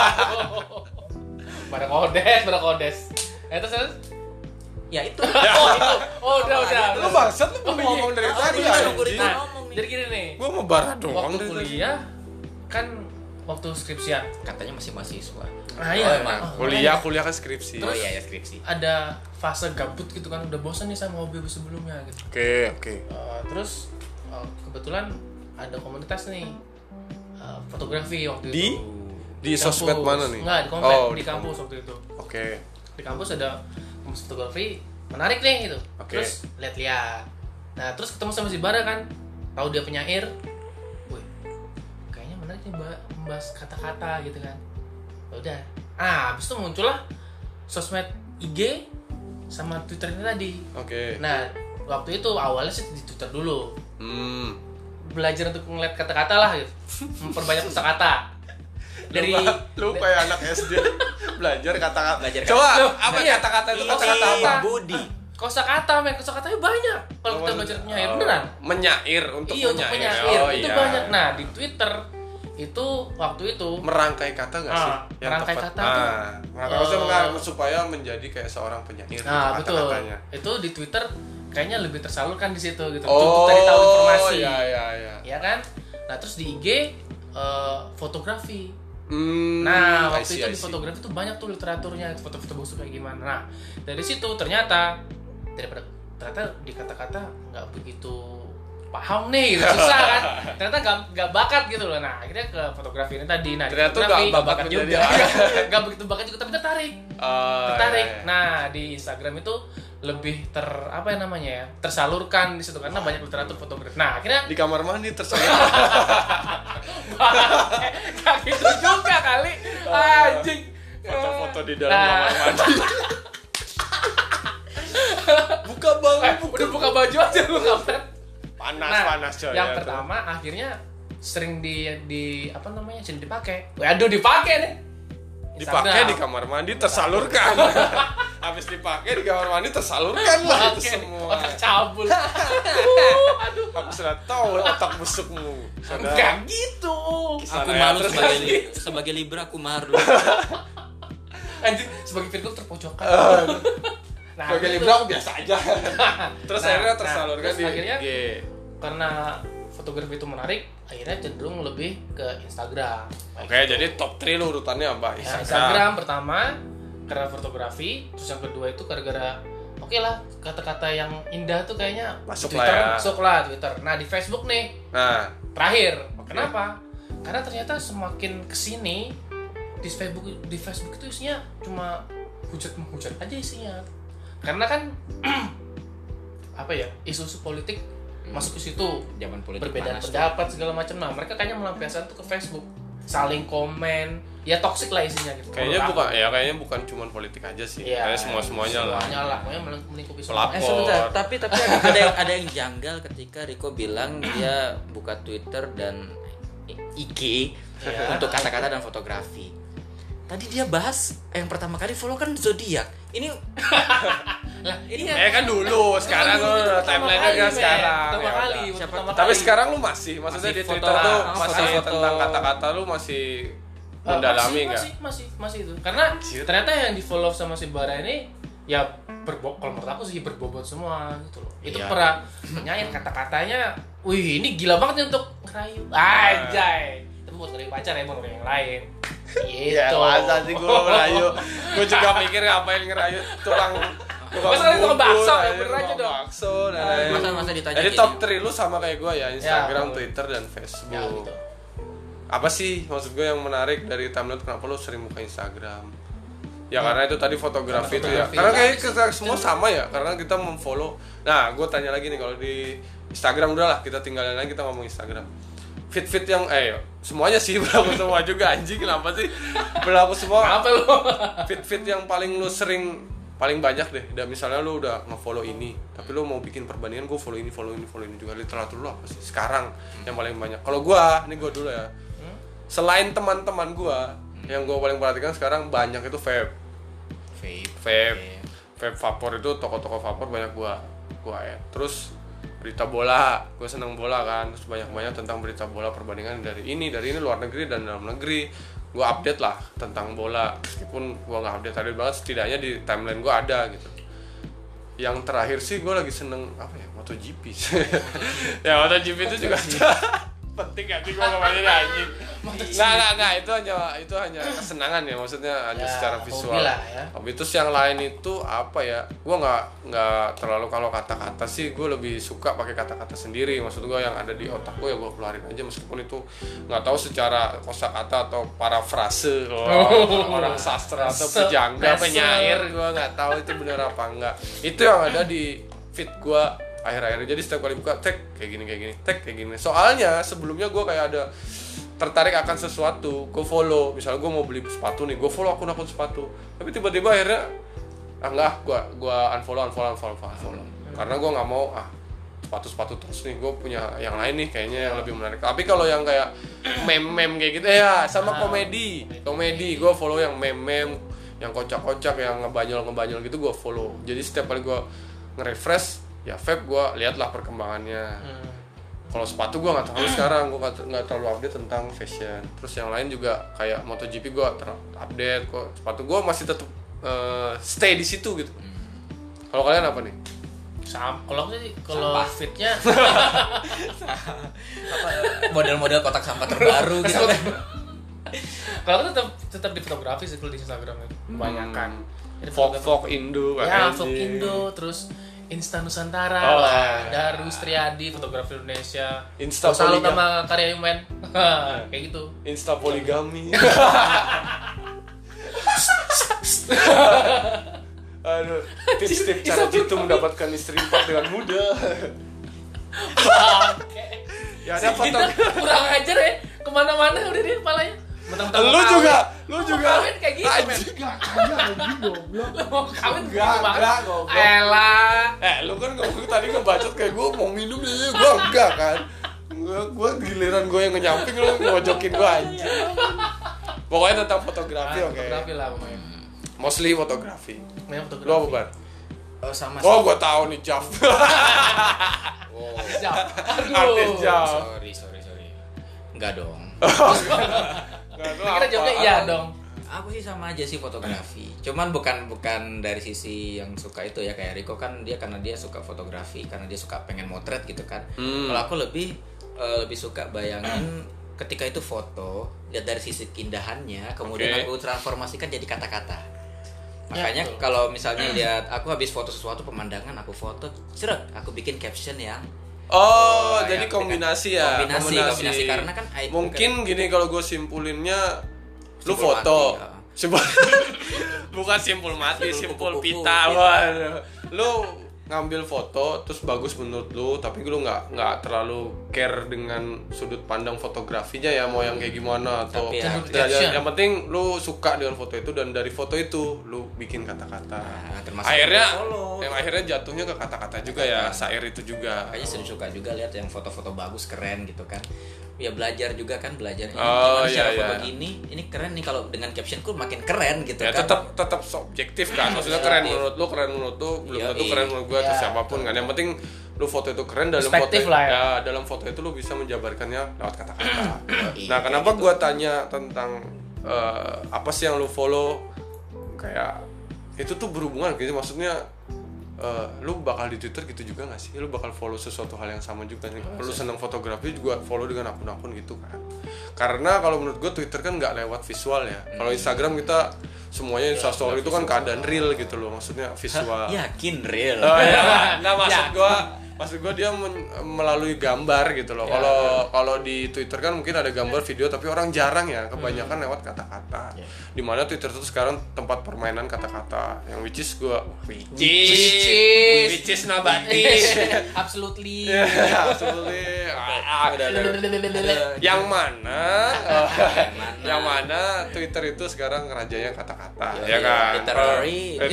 Pada kodes, pada kodes. Eh terus terus. Ya itu. Oh, itu. Oh, udah udah. Lu bangsat lu Oh, mau iya. ngomong dari Oh, tadi iya, ya. nunggu di- Nah, ngomong nih. jadi gini nih. Gua mau barah doang Waktu dari tadi. kuliah kan waktu skripsian. Katanya masih mahasiswa. Ah Oh, iya. emang. Oh, Kuliah, kuliah kan skripsi. Oh iya ya skripsi. ada fase gabut gitu kan, udah bosan nih sama hobi sebelumnya gitu. Oke, oke. Uh, terus uh, kebetulan ada komunitas nih uh, fotografi waktu Di? itu Di sosmed kampus. mana nih? Enggak, di komplek, Oh, di, di kampus waktu itu. Oke. Di kampus ada komunitas fotografi menarik nih gitu. Oke. Terus lihat-lihat. Nah, terus ketemu sama si Bara kan. Tahu dia penyair. Wih. Kayaknya menarik nih Mbak, membahas kata-kata gitu kan. Ya udah. Ah, habis itu muncullah sosmed I G sama Twitternya tadi. Oke. Nah, waktu itu awalnya sih di Twitter dulu. Hmm. Belajar untuk ngeliat kata-kata lah gitu. Memperbanyak kosakata. Dari lu, lu kayak anak S D belajar kata-kata. Belajar Coba Loh, apa iya. kata-kata itu Ini kata-kata apa? Budi. kosakata, men, kosakatanya banyak. Kalau kita belajar penyair Oh, beneran. Menyair untuk Iya, untuk menyair. penyair. Oh, Itu iya. banyak. Nah, di Twitter itu waktu itu Merangkai kata nggak sih? Ah, merangkai tepat? kata tuh, Ah, merangkai eh, maksudnya mengar- supaya menjadi kayak seorang penyair gitu Nah, betul. kata-katanya. Itu di Twitter kayaknya lebih tersalurkan di situ gitu. Oh, Cukup cari tahu informasi. iya iya iya. Ya kan? Nah, terus di I G eh, fotografi. Hmm, Nah, I waktu see, itu I di see. fotografi tuh banyak tuh literaturnya, foto-foto bagus tuh kayak gimana. Nah, dari situ ternyata daripada ternyata di kata-kata nggak begitu paham nih, gitu. Susah kan? Ternyata nggak nggak bakat gitu loh. Nah, akhirnya ke fotografi ini tadi. Nah, di Ternyata fotografi nggak bakat juga, menjadi- nggak begitu bakat juga, tapi tertarik. Oh, tertarik. iya, iya. Nah, di Instagram itu lebih ter apa ya namanya ya? Tersalurkan di situ karena banyak literatur fotografi. Nah, akhirnya Di kamar mandi tersalur. Gak gitu juga kali. Anjing. Foto-foto di dalam Nah. kamar mandi. Buka bang, Eh, buka. udah buka baju aja lu ngapain? Panas, Nah, panas coy. yang ya, pertama akhirnya sering di di apa namanya sering dipakai. Waduh dipakai nih. tuh. Dipakai di kamar mandi tersalurkan. Habis dipakai di kamar mandi tersalurkan lah itu Pakai semua. otak cabul. Uh, aduh. Aku sudah tahu otak busukmu. Saudara. Enggak gitu. Aku Sana ya, malu terus sebagai li- sebagai Libra aku malu. Anjing sebagai Virgo terpojokan. Nah, Sebagai gitu. Libra aku biasa aja. Terus Nah, akhirnya nah, tersalurkan terus di akhirnya I G. Karena fotografi itu menarik, akhirnya cenderung lebih ke Instagram. Oke, jadi top tiga lu urutannya apa? Ya, Instagram pertama karena fotografi, terus yang kedua itu gara-gara oke lah kata-kata yang indah tuh kayaknya Masuk di lah Twitter, ya. masuk lah Twitter. Nah di Facebook nih Nah, terakhir, Oke. kenapa? Karena ternyata semakin kesini di Facebook di Facebook itu isinya cuma hujat menghujat aja isinya. Karena kan apa ya isu-isu politik masuk ke situ, Zaman politik berbeda panas tuh. pendapat segala macam. Nah mereka kayaknya melampiaskan tuh ke Facebook, saling komen, ya toksik lah isinya gitu. kayaknya Menurut bukan aku. ya kayaknya bukan cuma politik aja sih. Iya, Kayaknya semua-semuanya lah. Semuanya lah, pokoknya meling- melingkupi semua. Pelapor. Eh sebentar, tapi tapi ada, ada yang ada yang janggal ketika Riko bilang dia buka Twitter dan I G Iya. untuk kata-kata dan fotografi. Tadi dia bahas yang pertama kali follow kan zodiak. Ini Lah, ini iya. Eh kan dulu, sekarang Dulu itu lu pertama timeline-nya kali, kan men. sekarang. Pertama Ya kali, udah. Siapa- pertama Tapi kali. sekarang lu masih, maksudnya Masih di foto- Twitter tuh ah, masih foto-foto. tentang kata-kata lu masih Eh, mendalami masih, nggak? masih, masih, masih itu. Karena Anjir. ternyata yang di follow sama si Bara ini ya berbo kalau menurut aku sih berbobot semua gitu loh. Itu Iya. pernah penyair kata-katanya, wih ini gila banget nih untuk ngerayu. Anjay. Itu buat ngerayu pacar ya, bukan ngerayu yang lain. Gitu. Ya masa sih gue ngerayu. Gue juga mikir ngapain ngerayu tukang Masa kali tukang bakso ya bener aja dong. Bakso dan Masa- lain-lain. masa ditanya Jadi gini. top tiga lu sama kayak gue ya, Instagram, Ya, Twitter dan Ya Facebook. gitu. Apa sih maksud gue yang menarik dari timeline, kenapa lu sering buka Instagram? Ya karena itu tadi fotografi itu ya. Fotografi. Karena kayak kita semua sama ya, karena kita memfollow. Nah, gue tanya lagi nih, kalau di Instagram udah lah, kita tinggalin lagi, kita ngomong Instagram. Fit-fit yang eh semuanya sih berlaku semua juga, anjing kenapa sih? Berlaku semua. Apa lu? Fit-fit yang paling lu sering, paling banyak deh. Dan misalnya lu udah nge-follow ini, tapi lu mau bikin perbandingan, gue follow ini, follow ini, follow ini juga. Literatur lu apa sih sekarang yang paling banyak? Kalau gua, ini gua dulu ya. Selain teman-teman gua, yang gua paling perhatikan sekarang banyak itu vape. Vape. Vape. Vape vapor itu toko-toko vapor banyak gua gua ya. Terus berita bola, gua seneng bola kan. Terus banyak-banyak tentang berita bola, perbandingan dari ini, dari ini, luar negeri dan dalam negeri. Gua update lah tentang bola, meskipun gua nggak update tadi banget, setidaknya di timeline gua ada gitu. Yang terakhir sih gua lagi seneng apa ya, MotoGP. Ya MotoGP itu juga penting gak sih, gue ngomongin anjing. Nggak, nggak, nggak, itu hanya itu hanya kesenangan ya, maksudnya hanya Ya, secara hobi visual. lah ya. Hobi. Terus yang lain itu apa ya, gue nggak nggak terlalu, kalau kata-kata sih gue lebih suka pakai kata-kata sendiri. Maksud gue yang ada di otak gue ya gue keluarin aja, meskipun itu nggak tahu secara kosakata atau parafrase oh, orang sastra atau pejangga, penyair, gue nggak tahu itu bener apa enggak. Itu yang ada di feed gue akhir-akhir. Jadi setiap kali buka tag kayak gini kayak gini, tag kayak gini. Soalnya sebelumnya gue kayak ada tertarik akan sesuatu, gue follow. Misalnya gue mau beli sepatu nih, gue follow akun-akun sepatu. Tapi tiba-tiba akhirnya ah enggak, gue gue unfollow unfollow unfollow unfollow. Hmm. Karena gue nggak mau ah sepatu-sepatu terus nih, gue punya yang lain nih kayaknya yang lebih menarik. Tapi kalau yang kayak meme-meme kayak gitu ya, sama komedi, komedi gue follow yang meme-meme, yang kocak-kocak, yang ngebanyol-ngebanyol gitu gue follow. Jadi setiap kali gue nge-refresh ya vape, gue lihatlah perkembangannya. Hmm. Kalau sepatu gue nggak terlalu sekarang, gue nggak terlalu update tentang fashion. Terus yang lain juga kayak MotoGP gue terupdate kok. Sepatu gue masih tetap uh, stay di situ gitu. Hmm. Kalau kalian apa nih? Sam, kalau aku sih kalau fitnya apa model-model kotak sampah terbaru gitu. Kalau aku tetap tetap di fotografi sih kalau di Instagram itu kebanyakan. Hmm. Vlog-vlog Indo, ya vlog Indo, terus Insta Nusantara, oh, lah, Darus Triadi, fotografi Indonesia. Insta Selalu poligami. sama karya Yumen, kayak gitu. Insta poligami. Aduh, tips-tips cara Jitu mendapatkan istri empat dengan mudah. Ya ada foto. Kurang ajar ya, kemana-mana udah dia kepalanya. Mentang-mentang Lu mau juga, kawin. lu Mau juga. kawin kayak gitu, men. Enggak, enggak, anjing goblok. Lu mau kawin Enggak, gitu banget. enggak, goblok. Elah. Eh, lu kan ngomong tadi ngebacot kayak gue mau minum nih, gue enggak kan. Gue gue giliran gue yang nyamping, lu ngojokin gue anjing. Pokoknya tentang fotografi, Nah, oke. fotografi lah pokoknya. Mostly fotografi. Memang fotografi. Lu apa, Bar? Oh, sama Oh, gue tahu nih, Jaf. Oh. Jam. Artis Aduh. Jaf. Sorry, sorry, sorry. Enggak dong. Kira jawabnya iya dong. Aku sih sama aja sih fotografi. Cuman bukan bukan dari sisi yang suka itu ya, kayak Riko kan dia karena dia suka fotografi, karena dia suka pengen motret gitu kan. Hmm. Kalau aku lebih uh, lebih suka bayangin ketika itu foto, lihat dari sisi keindahannya, kemudian Okay. aku transformasikan jadi kata-kata. Ya, Makanya betul. kalau misalnya lihat aku habis foto sesuatu pemandangan, aku foto, seret, aku bikin caption yang Oh, Oh, jadi yang kombinasi ya. kombinasi, kombinasi. Karena kan I- mungkin gini kalau gue simpulinnya, lu Simpul foto. mati, ya. Simpul. Bukan simpul mati, simpul Simpul kupu-kupu, pita. gitu. Waduh. Lu ngambil foto terus bagus menurut lu, tapi lu nggak nggak terlalu care dengan sudut pandang fotografinya ya, mau yang kayak gimana atau Tapi ya, Ya, caption. yang penting lu suka dengan foto itu, dan dari foto itu lu bikin kata-kata. Nah, termasuk Akhirnya follow. yang akhirnya jatuhnya ke kata-kata juga ya, syair itu juga. Makanya sering suka juga lihat yang foto-foto bagus keren gitu kan. Ya belajar juga kan, belajar ini Oh, gimana cara iya, foto iya. gini, ini keren nih kalau dengan captionku makin keren gitu Ya kan. tetap tetap subjektif kan, maksudnya keren Relatif. menurut lu, keren menurut lu, belum Iya, tentu iya. keren menurut gue atau Ya, siapapun kan. Yang penting lu foto itu keren, dalam foto Perspektif lah ya. ya dalam foto itu lu bisa menjabarkannya lewat kata-kata. Iya, Nah, kenapa gitu. gua tanya tentang eh, apa sih yang lu follow, kayak itu tuh berhubungan gitu, maksudnya uh, lu bakal di Twitter gitu juga nggak sih? Lu bakal follow sesuatu hal yang sama juga nih. Lu seneng fotografi juga follow dengan akun-akun gitu kan? Karena kalau menurut gue Twitter kan nggak lewat visual ya. Hmm. Kalau Instagram kita semuanya Instastory ya, itu kan keadaan real gitu loh, maksudnya visual. Hah, yakin real? Oh, ya. Nggak maksud gue. Maksud gue dia men- melalui gambar gitu loh. Kalau ya. Kalau di Twitter kan mungkin ada gambar, video, tapi orang jarang ya. Kebanyakan hmm. lewat kata-kata. Ya. Dimana Twitter itu sekarang tempat permainan kata-kata. Yang which is gue which is which is, which is nabati. Absolutely. Yeah, absolutely. Ah, udah, udah, udah. Yang mana? Oh, yang mana Twitter itu sekarang rajanya kata-kata, ya, ya kan? Literary.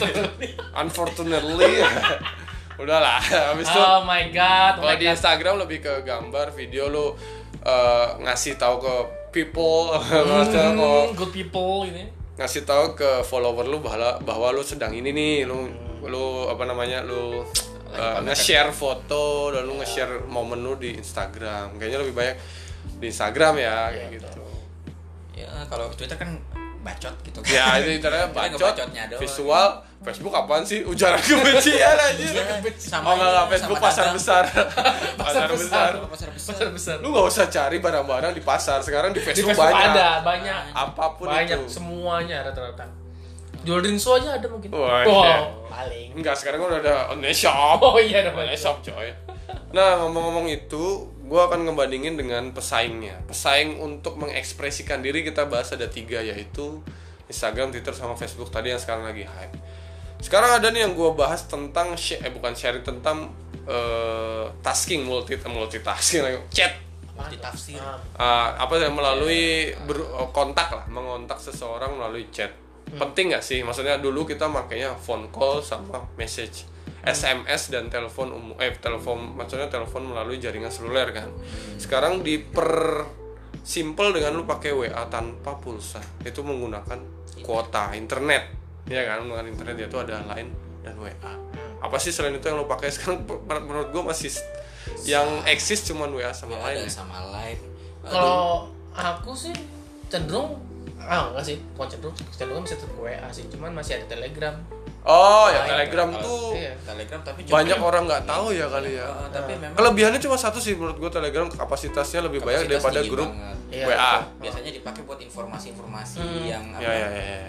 Unfortunately. Udahlah, habis itu oh my god. Kalau di Instagram lebih ke gambar, video, lu uh, ngasih tahu ke people, hmm, good people ini. Ngasih tahu ke follower lu bahwa bahwa lu sedang ini nih, lu hmm. lu apa namanya, lu uh, nge-share foto dan lu nge-share momen lu di Instagram. Kayaknya lebih banyak di Instagram ya, kayak gitu. Ya, kalau Twitter kan bacot gitu. Ya, itu internet bacot, visual. Facebook apaan sih? Ujaran kebencian aja. Sama oh, enggak, Facebook sama pasar dagang. besar. pasar besar. Pasar besar. Pasar besar. Lu enggak usah cari barang-barang di pasar. Sekarang di Facebook, di Facebook banyak. ada, banyak. Apapun banyak, itu. Semuanya rata-rata. Jual rinso aja ada mungkin. Wah, oh, iya. paling. Enggak, sekarang kan udah ada online shop. Oh iya, ada online shop, coy. Nah, ngomong-ngomong itu, gua akan ngebandingin dengan pesaingnya. Pesaing untuk mengekspresikan diri kita bahas ada tiga, yaitu Instagram, Twitter, sama Facebook tadi yang sekarang lagi hype. Sekarang ada nih yang gue bahas tentang sh- eh bukan sharing tentang uh, tasking multi multitasking chat multitafsir uh, apa ya melalui ber- kontak lah, mengontak seseorang melalui chat. Hmm. Penting nggak sih? Maksudnya dulu kita makanya phone call sama message, hmm. S M S dan telepon umum eh telepon maksudnya telepon melalui jaringan seluler kan. Hmm. Sekarang diper simple dengan lu pakai W A tanpa pulsa. Itu menggunakan kuota internet. Ya kan, menggunakan internet itu ada Line dan W A. Apa sih selain itu yang lo pakai sekarang? Menurut gue masih yang eksis cuman W A sama Line. Sama Line. Kalau aku sih cenderung ah enggak sih, bukan cenderung, cenderung masih tetap W A sih, cuman masih ada Telegram. Oh, ya Line, Telegram kalau, tuh iya. Telegram tapi banyak cuma, orang nggak tahu ya kali ya. Uh, tapi memang kelebihannya cuma satu sih menurut gue, Telegram kapasitasnya lebih banyak daripada grup iya, W A. Biasanya dipakai buat informasi-informasi hmm. yang apa? Ya, ya, ya.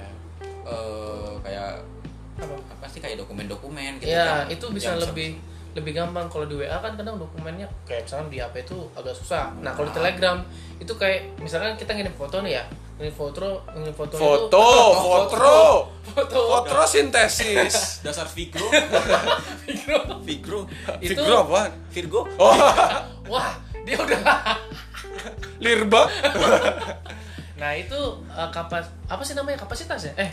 Uh, kayak apa? Apa sih kayak dokumen-dokumen gitu ya, kan. Itu bisa lebih ser- lebih gampang. Kalau di W A kan kadang dokumennya kayak misalkan di H P itu agak susah. Nah, kalau di Telegram itu kayak misalkan kita ngirim foto nih ya. Ngirim foto, ngirim foto Foto, itu, foto, foto, fotosintesis. Dasar Vigro. Vigro. Vigro. Itu Vigro apaan? Virgo. Oh. Wah, dia udah Lirba. Nah, itu uh, kapas apa sih namanya, kapasitas ya? Eh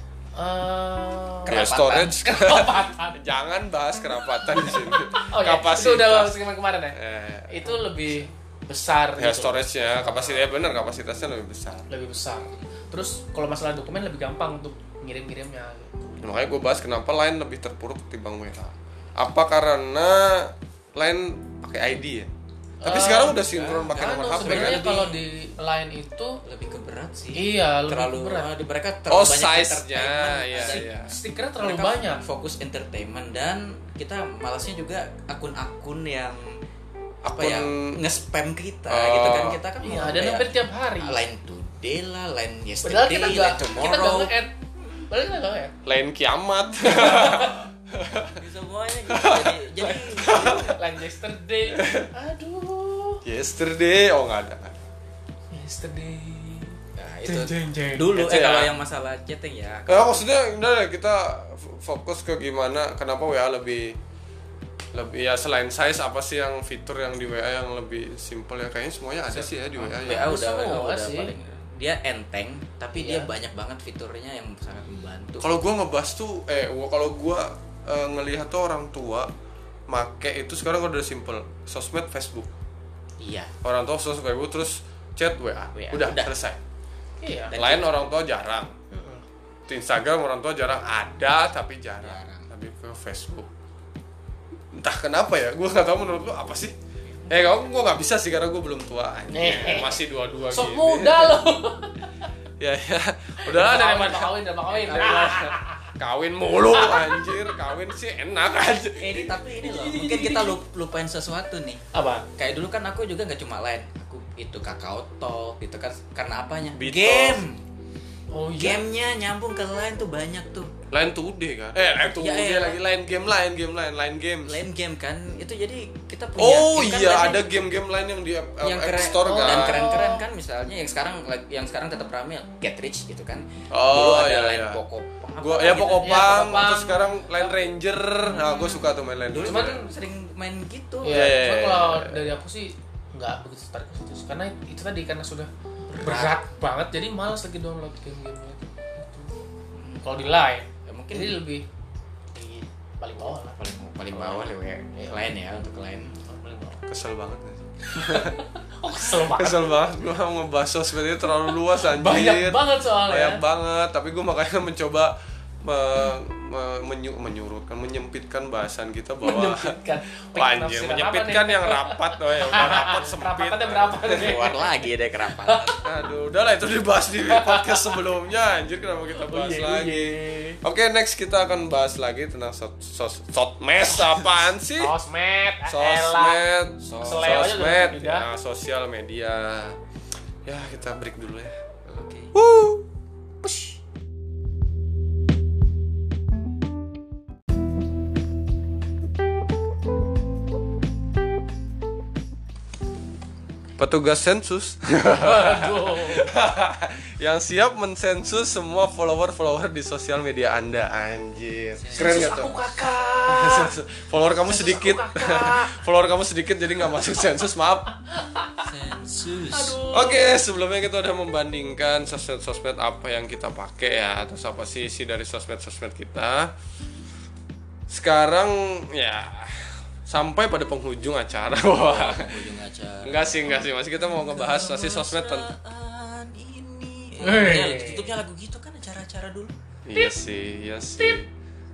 Uh, ya, storage. Jangan bahas kerapatan di sini. Oh ya, kapasitas. itu udah kemarin-kemarin ya. Eh. Itu lebih besar. Ya, gitu. storage-nya, kapasitasnya benar, kapasitasnya lebih besar. Lebih besar. Terus kalau masalah dokumen lebih gampang untuk ngirim-ngirimnya. Gitu. Makanya gue bahas kenapa Line lebih terpuruk ketimbang W A. Apa karena Line pakai I D ya? Tapi uh, sekarang udah sinkron pakai nomor H P kan. Sebenarnya kalau di Line itu lebih ke berat sih. Iya, lebih terlalu berat. Uh, mereka terlalu oh, banyak size-nya. Iya, iya. Stikernya terlalu mereka banyak. Fokus entertainment dan kita malasnya juga akun-akun yang apa akun yang nge-spam kita uh, gitu kan. Kita kan iya, ada hampir tiap hari. Line today lah, Line yesterday, Padahal kita Line gak, tomorrow. kita gak nge-add. Padahal kita gak nge-add. Line kiamat. Semuanya gitu. Jadi jadi Line yesterday. Aduh. Yesterday, oh nggak ada. Yesterday. nah, itu Jeng, jeng, jeng. dulu Itu eh ya. kalau yang masalah chatting ya. Ya, maksudnya udah kita fokus ke gimana, kenapa W A lebih lebih ya selain size apa sih yang fitur yang di W A yang lebih simple ya, kayaknya semuanya ada sih ya di W A W ya. A udah, Semua udah sih. paling dia enteng tapi Iya. dia banyak banget fiturnya yang sangat membantu. Kalau gua ngebahas tuh eh gua- kalau gua eh, ngelihat tuh orang tua make itu sekarang udah simple, sosmed Facebook. Iya. Orang tua sosmed Facebook terus chat W A. W A, Udah, udah. selesai. Iya. Dan Lain orang tua jarang. Mm-mm. Di Instagram orang tua jarang, ada tapi jarang. Jarang. Tapi ke Facebook entah kenapa ya, gue nggak tahu menurut lu apa sih. Eh kamu gue nggak bisa sih karena gue belum tua anjing. Masih dua-dua Sok gini. muda loh. Ya ya udahlah Udah daripada kawin, udah kawin. kawin mulu anjir, kawin sih enak aja. Eh, ini tapi ini loh, mungkin kita lup- lupain sesuatu nih. Apa? Kayak dulu kan aku juga nggak cuma lain, aku itu Kakao Talk gitu kan, karena apanya? Beatles. Game. Oh iya. Gamenya nyambung ke lain tuh banyak tuh. Lain tuh udah kan? Eh, lain tuh Ya, udah eh, lagi lain game lain game lain lain games. Lain game kan, itu jadi kita punya. Oh kan iya, lainnya ada game-game lain yang di App, yang App keren Store oh, kan. dan keren-keren kan, misalnya yang sekarang yang sekarang tetap rame Get Rich gitu kan. Oh, Dulu ada iya, lain iya. Pokopang. Gua apa ya gitu. Pokopang, Ya, Pokopang. terus sekarang Line Ranger. Nah, gue suka tuh main Line Dulu Ranger. kan sering main gitu. Iya, Iya, iya, cuma iya, kalau iya. dari aku sih nggak begitu tertarik ke situ sih. Karena itu tadi karena sudah berat banget, jadi malas lagi download game-gamenya itu. Gitu. Kalau di Line, Ya, mungkin ini lebih di paling bawah lah. paling paling bawah ya, lain ya untuk lain. Paling bawah. Kesel banget gak sih? Oh, kesel banget. Kesel banget, gue mau ngebahas sosmed ini terlalu luas anjir. Banyak banget soalnya. Banyak banget, tapi gue makanya mencoba me- me- menyu- menyurutkan, menyempitkan bahasan kita bahwa Menyempitkan. Wah, anjir, Penafsiran menyempitkan apa nih? yang rapat, oh ya udah rapat sempit. Rapatnya berapa nih? Keluar lagi deh kerapatan. Aduh, udahlah itu dibahas di podcast sebelumnya, anjir kenapa kita bahas Uye, lagi. uye. Oke, next kita akan bahas lagi tentang sos sos sosmed apaan sih? Sosmed, elah. Sosmed, Seleo aja udah sosmed, juga. ya, sosial media. Ya, kita break dulu ya. Oke. Woo. Petugas sensus Waduh. yang siap mensensus semua follower-follower di sosial media Anda, anjir. Keren gak tuh? Aku kakak. Follower kamu Sensus sedikit. aku, kakak. Follower kamu sedikit jadi nggak masuk sensus, maaf. Sensus. Aduh. Oke, sebelumnya kita udah membandingkan sosmed-sosmed apa yang kita pakai ya, terus apa sih isi dari sosmed-sosmed kita. Sekarang ya sampai pada penghujung acara. Wah. Ujung acara. Enggak sih, enggak sih. Masih kita mau ngebahas masih sosmed tentang. Mesraan ini. Hey. Ya, tutupnya lagu gitu kan acara-acara dulu. Iya sih, iya sih.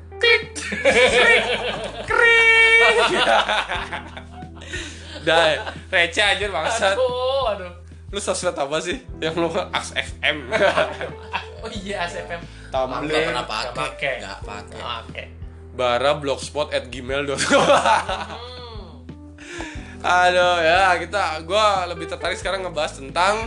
Dah, receh aja bangsat. Aduh, aduh. Lu sosmed apa sih? Yang lu Aks F M. Oh iya, S F M. Tumblr. Nggak pernah Nggak pakai. pakai. Nggak pakai. Oke. Bara blogspot at gmail dot com. Aduh ya, kita gua lebih tertarik sekarang ngebahas tentang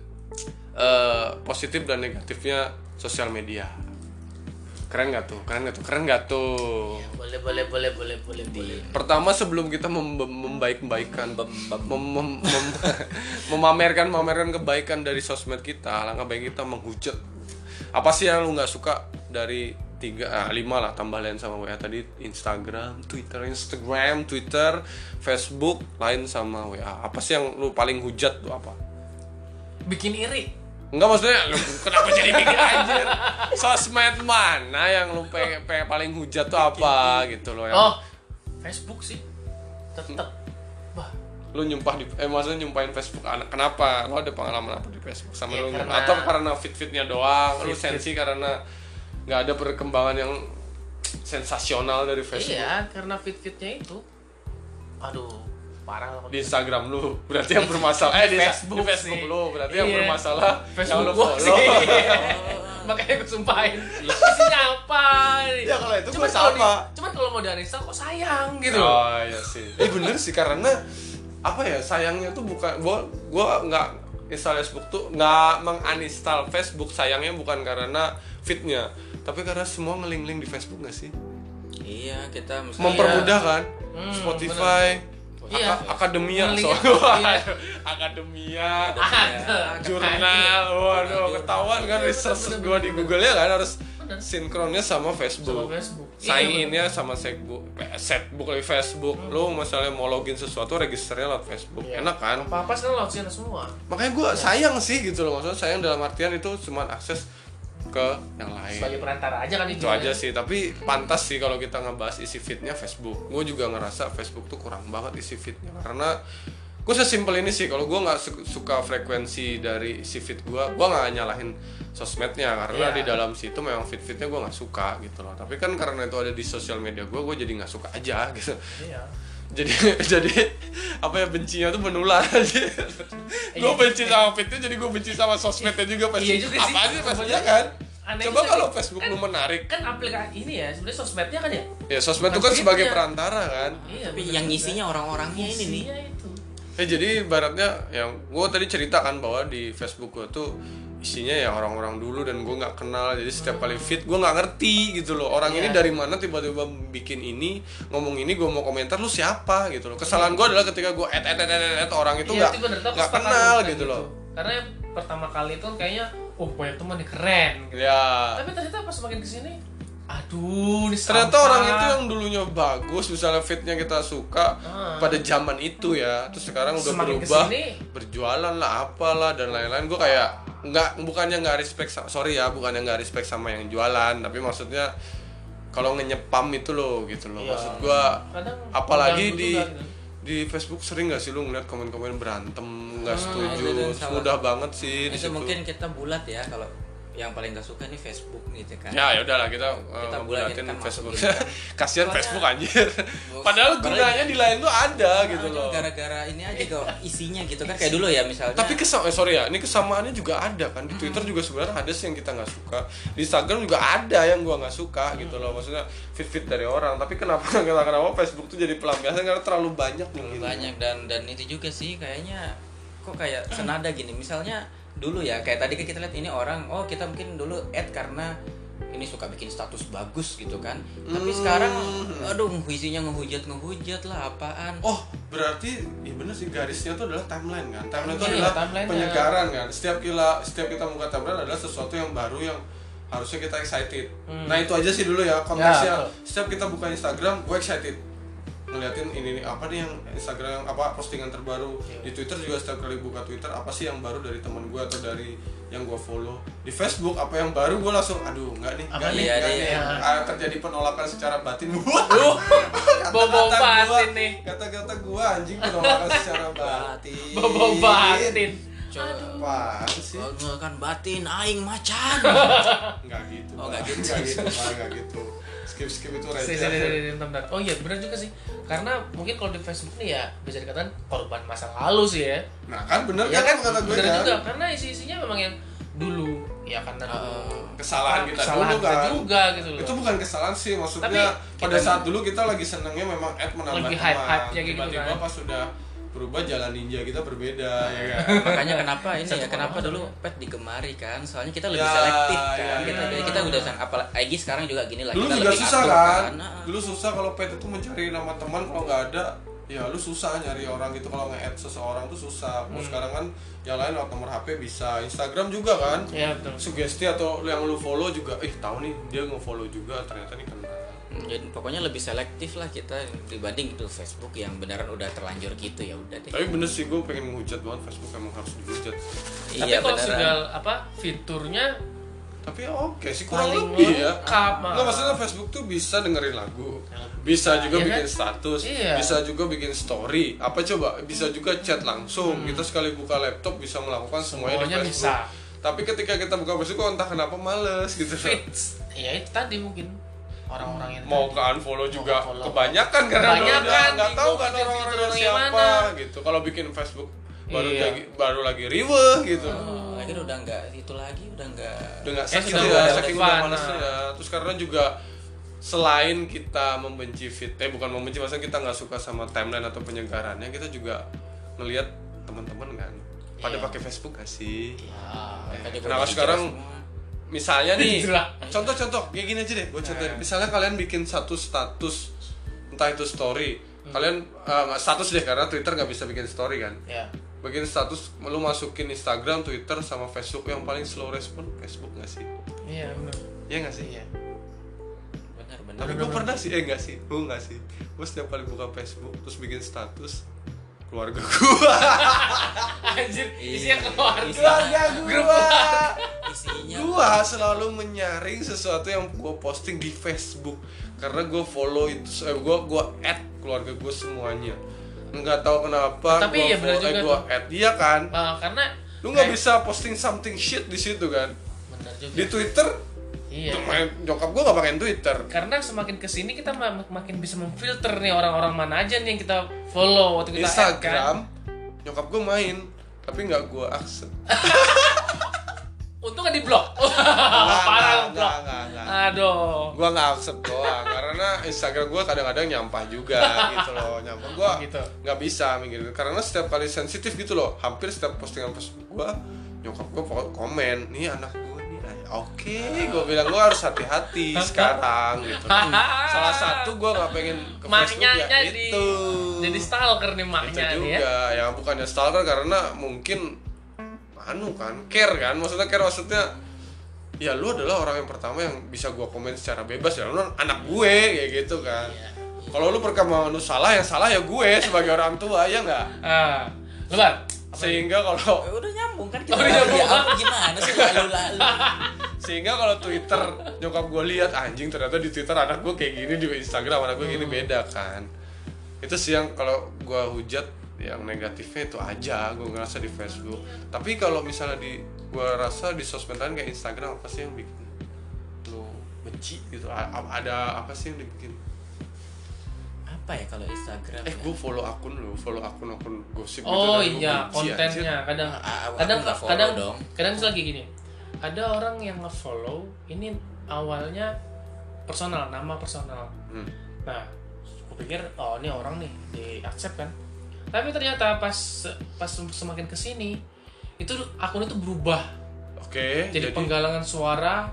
eh, positif dan negatifnya sosial media. Keren gak tuh? Keren gak tuh? Keren gak tuh? Boleh, boleh, boleh, boleh, boleh, boleh. Pertama sebelum kita mem- membaik-baikan mem- mem- mem- mem- memamerkan memamerkan kebaikan dari sosmed kita, alangkah baik kita menghujat. Apa sih yang lu nggak suka dari tiga, ah, lima lah tambah lain sama W A tadi, Instagram, Twitter, Instagram, Twitter, Facebook, lain sama W A. Apa sih yang lu paling hujat tuh apa? Bikin iri. Enggak, maksudnya lu kenapa jadi bikin anjir? Sosmed mana yang lu pe- pe- paling hujat tuh apa gitu loh yang Oh, Facebook sih. Tetep. Wah, lu nyumpah di eh maksudnya nyumpahin Facebook anak, kenapa? Lu ada pengalaman apa di Facebook sama Ya, lu karena- atau karena fit-fitnya doang, lu Fit-fit. sensi karena nggak ada perkembangan yang sensasional dari Facebook. iya, karena fit-fitnya itu. Aduh, parah loh. Di Instagram lu berarti yang bermasalah eh di Facebook di Facebook sih. lu berarti yang Iya. bermasalah Facebook yang lu gua follow. sih. Makanya gue sumpahin. Isinya apa? Ya, kalau itu cuman gua kalau sama. di- Cuman kalau mau di-uninstall kok sayang gitu. Oh iya sih. Eh bener sih, karena apa ya, sayangnya tuh bukan gua gua nggak install Facebook tuh nggak menguninstall Facebook, sayangnya bukan karena fitnya, tapi karena semua ngeling-ling di Facebook nggak sih? Iya, kita misalnya Mempermudah kan? Hmm, Spotify, Iya. Aka- akademia, Ngeling- soalnya iya. akademia, Ada. jurnal, waduh ketahuan kan research Bener, gua di bener, Google ya kan harus Bener. sinkronnya sama Facebook. Sama Facebook. Sign Iya, in-nya sama Facebook, setbook di Facebook. Lu misalnya mau login sesuatu registernya lewat Facebook. Iya. Enak kan? Apa-apa sekarang lewat sana semua. Makanya gua sayang sih gitu loh. Maksudnya sayang dalam artian itu cuma akses ke yang lain. Sebagai perantara aja kan Itu aja sih, tapi pantas sih kalau kita ngebahas isi feednya Facebook. Gue juga ngerasa Facebook tuh kurang banget isi feednya, karena gue sesimpel ini sih, kalau gue nggak su- suka frekuensi dari isi feed gue, gue nggak nyalahin sosmednya karena Iya. di dalam situ memang feed feednya gue nggak suka gitu loh. Tapi kan karena itu ada di sosial media gue, gue jadi nggak suka aja gitu. Iya. Jadi jadi apa ya, bencinya tuh menular aja. Gue benci sama feednya, jadi gue benci sama sosmednya juga. Iya juga sih. Apa sih maksudnya kan? Aneh Coba juga kalau nih. Facebook kan, lu menarik. Kan aplikasi ini ya, sebenarnya sosmednya kan ya. Ya sosmed itu Bukan kan sebagai tweetnya. perantara kan. Iya, Tapi bener yang juga. ngisinya orang-orangnya ini nih. Isinya itu. Ya jadi ibaratnya yang gue tadi cerita kan bahwa di Facebook gue tuh isinya ya orang-orang dulu dan gue nggak kenal, jadi setiap kali feed gue nggak ngerti gitu loh orang ini Iya. dari mana tiba-tiba bikin ini ngomong ini, gue mau komentar lu siapa gitu loh. Kesalahan gue adalah ketika gue add add add add, add orang itu Iya, nggak itu bener. Tapi nggak sepakat kenal bukan gitu loh. Karena yang pertama kali itu kan kayaknya oh banyak teman nih keren gitu. Ya Tapi ternyata pas semakin kesini, aduh, ini ternyata sampah. orang itu yang dulunya bagus, misalnya fitnya kita suka Ah. pada zaman itu ya, terus sekarang udah Semakin berubah, kesini- berjualan lah apalah dan lain-lain. Gue kayak nggak, bukannya nggak respect, sa- sorry ya, bukannya nggak respect sama yang jualan, tapi maksudnya kalau ngenyepam itu loh gitu loh. Iya. Maksud gue, Kadang apalagi mengganggu di juga, gitu. di Facebook sering nggak sih lu ngeliat komen-komen berantem nggak Hmm, setuju, itu dan salah. mudah banget sih di Itu situ. mungkin kita bulat ya kalau yang paling gak suka nih Facebook gitu kan. Ya ya udahlah kita, Kita uh, bulatin bulatin kan Facebook. masukin kan. Kasihan Soalnya- Facebook anjir. Bos, Padahal padahal- gunanya di lain tuh ada gitu Nah, loh. Gara-gara ini aja kok isinya gitu kan kayak dulu ya misalnya. Tapi kesam eh, sorry ya, ini kesamaannya juga ada kan di Twitter juga sebenarnya ada sih yang kita nggak suka, di Instagram juga ada yang gua nggak suka gitu loh, maksudnya fit-fit dari orang. Tapi kenapa kenapa kenapa Facebook tuh jadi pelampiasan karena terlalu banyak Terlalu mungkin. banyak dan dan itu juga sih kayaknya kok kayak senada gini misalnya dulu ya kayak tadi kan kita lihat ini orang oh kita mungkin dulu add karena ini suka bikin status bagus gitu kan tapi Hmm. sekarang aduh isinya ngehujat ngehujat lah apaan. Oh, berarti iya bener sih, garisnya tuh adalah timeline kan. Timeline itu Iya, adalah timeline-nya. penyegaran kan. Setiap kita setiap kita buka timeline adalah sesuatu yang baru yang harusnya kita excited. Hmm. Nah, itu aja sih dulu ya konteksnya. Ya, betul. Setiap kita buka Instagram, gue excited. Ngeliatin ini nih apa nih yang Instagram apa postingan terbaru. Iya. Di Twitter juga setiap kali buka Twitter apa sih yang baru dari teman gue atau dari yang gue follow. Di Facebook apa yang baru gue langsung aduh enggak nih, enggak Apa nih, nih? enggak Iya, nih. iya. Ah, terjadi penolakan secara batin. Duh, bobo batin nih. Kata-kata gua anjing penolakan secara batin. Bobo batin. Coba Apaan sih? kan batin aing macan. Enggak gitu. Oh, Pak. nggak gitu. Enggak gitu, Pak. Enggak gitu. Skip skip itu Si, si, si, si, receh. si, bentar, bentar. Oh iya benar juga sih. Karena mungkin kalau di Facebook nih ya bisa dikatakan korban masa lalu sih ya. Nah, kan bener Ya kan kata gue bener kan. juga karena isi-isinya memang yang dulu ya karena dulu Kesalahan kita kesalahan dulu kita kan. juga gitu loh. Itu bukan kesalahan sih, maksudnya Tapi pada kita- saat dulu kita lagi senengnya memang add menambah Lagi teman. hype-hype-nya gitu Tiba-tiba kan. pas sudah berubah jalan ninja kita berbeda ya kan. Makanya kenapa ini Satu ya kenapa orang. dulu pet digemari kan soalnya kita lebih Ya, selektif kan ya, kita ya. jadi kita udah sang apa I G sekarang juga gini lah Dulu kita juga lebih susah atur kan. Nah, Dulu susah kalau pet itu mencari nama teman, kalau nggak ada ya lu susah nyari orang gitu, kalau nge-add seseorang tuh susah. Mau Hmm. sekarang kan yang lain lewat nomor H P bisa, Instagram juga kan. Iya betul. Sugesti atau yang lu follow juga, eh tahu nih dia nge-follow juga ternyata nih kenal. jadi pokoknya lebih selektif lah kita dibanding itu Facebook yang beneran udah terlanjur gitu ya udah deh. Tapi bener sih gue pengen menghujat banget Facebook, emang harus dihujat. Tapi Iya kalau beneran. segala apa fiturnya Tapi ya oke sih, kurang paling lebih ya. lengkap mah. Nggak, maksudnya Facebook tuh bisa dengerin lagu, Ya, bisa juga iya bikin kan? status, Iya. bisa juga bikin story. Apa coba? Bisa juga chat langsung. Kita sekali buka laptop bisa melakukan semuanya, Semuanya di Facebook. bisa. Tapi ketika kita buka Facebook kok entah kenapa males gitu. fits. Ya itu tadi mungkin orang-orang yang Mau tadi. ke unfollow juga unfollow. kebanyakan karena Kebanyakan, udah nggak tahu bingung kan fitur-fitur orang-orangnya orang siapa gimana. gitu. Kalau bikin Facebook baru Iya. lagi baru lagi riweh gitu. Oh, lagi udah nggak itu lagi udah nggak Udah nggak Eh, sakit sudah ya, udah saking fun. udah males ya. Terus karena juga selain kita membenci fit, eh bukan membenci, maksudnya kita nggak suka sama timeline atau penyegarannya, kita juga ngelihat teman-teman kan pada Iya. pakai Facebook gak sih? Ya, mereka juga Kenapa udah sekarang jelas semua. misalnya nih, Jelas. contoh-contoh kayak gini aja deh, gue contohin. Nah. Misalnya kalian bikin satu status, entah itu story, kalian eh, nggak status deh karena Twitter nggak bisa bikin story kan. ya. Bikin status, lu masukin Instagram, Twitter, sama Facebook, yang paling slow respon Facebook nggak sih? Iya benar. Iya nggak sih? Iya. benar benar Tapi gue pernah sih, eh enggak sih, gue enggak sih. Gue setiap kali buka Facebook terus bikin status keluarga gue. Anjir, Iya. isinya keluarga. Keluarga gue. isinya Gue selalu menyaring sesuatu yang gue posting di Facebook karena gue follow itu, eh, gue gue add keluarga gue semuanya. Nggak tahu kenapa. Tapi gua iya benar follow- juga eh, gue tuh. add dia kan. Ah, karena Lu nggak kayak- bisa posting something shit di situ kan. benar juga. Di Twitter, Iya. main- nyokap gue nggak pakai Twitter. Karena semakin kesini kita ma- makin bisa memfilter nih orang-orang mana aja nih yang kita follow waktu kita add, kan. Instagram, nyokap gue main, tapi nggak gue akses. untung kan di blok. Enggak, Parah enggak, blok. enggak, enggak. Aduh. Gua nggak accept doang karena Instagram gua kadang-kadang nyampah juga gitu loh. Nyampah gua Gitu. nggak bisa mikirin karena setiap kali sensitif gitu loh. Hampir setiap postingan Facebook gua nyokap gua pokok- komen, "Nih anak gua nih." Oke, gua bilang gua harus hati-hati sekarang gitu. Salah satu gua nggak pengen ke Facebook Maknya ya jadi itu. jadi stalker nih Itu maknya nih ya. juga ya bukannya stalker karena mungkin anu kan care kan maksudnya care maksudnya ya lu adalah orang yang pertama yang bisa gua komen secara bebas ya lu anak gue kayak gitu kan. Iya. Kalau lu perkembangan lu salah yang salah ya gue sebagai orang tua ya nggak. Ah, lebar. Sehingga kalau Eh, udah nyambung kan kita. Oh, udah nyambung. Ya, apa gimana sih lalu-lalu. sehingga kalau Twitter nyokap gue lihat anjing ternyata di Twitter anak gue kayak gini, di Instagram anak gue gini, beda kan. Itu sih yang kalau gue hujat yang negatifnya itu aja gue ngerasa di Facebook. Tapi kalau misalnya di gue rasa di sosmed lain kayak Instagram apa sih yang bikin lu benci gitu? A- ada apa sih yang dibikin? Apa ya kalau Instagram? Eh ya? gue follow akun lu, follow akun-akun gosip gitu Oh dan gua iya, benci, kontennya anjir. kadang Ah, aku kadang nggak follow kadang dong. kadang misalnya kayak gini. Ada orang yang nge-follow ini awalnya personal, nama personal. Hmm. Nah, aku pikir oh ini orang nih di accept kan. Tapi ternyata pas pas semakin kesini itu akun itu berubah Oke, jadi, jadi, penggalangan suara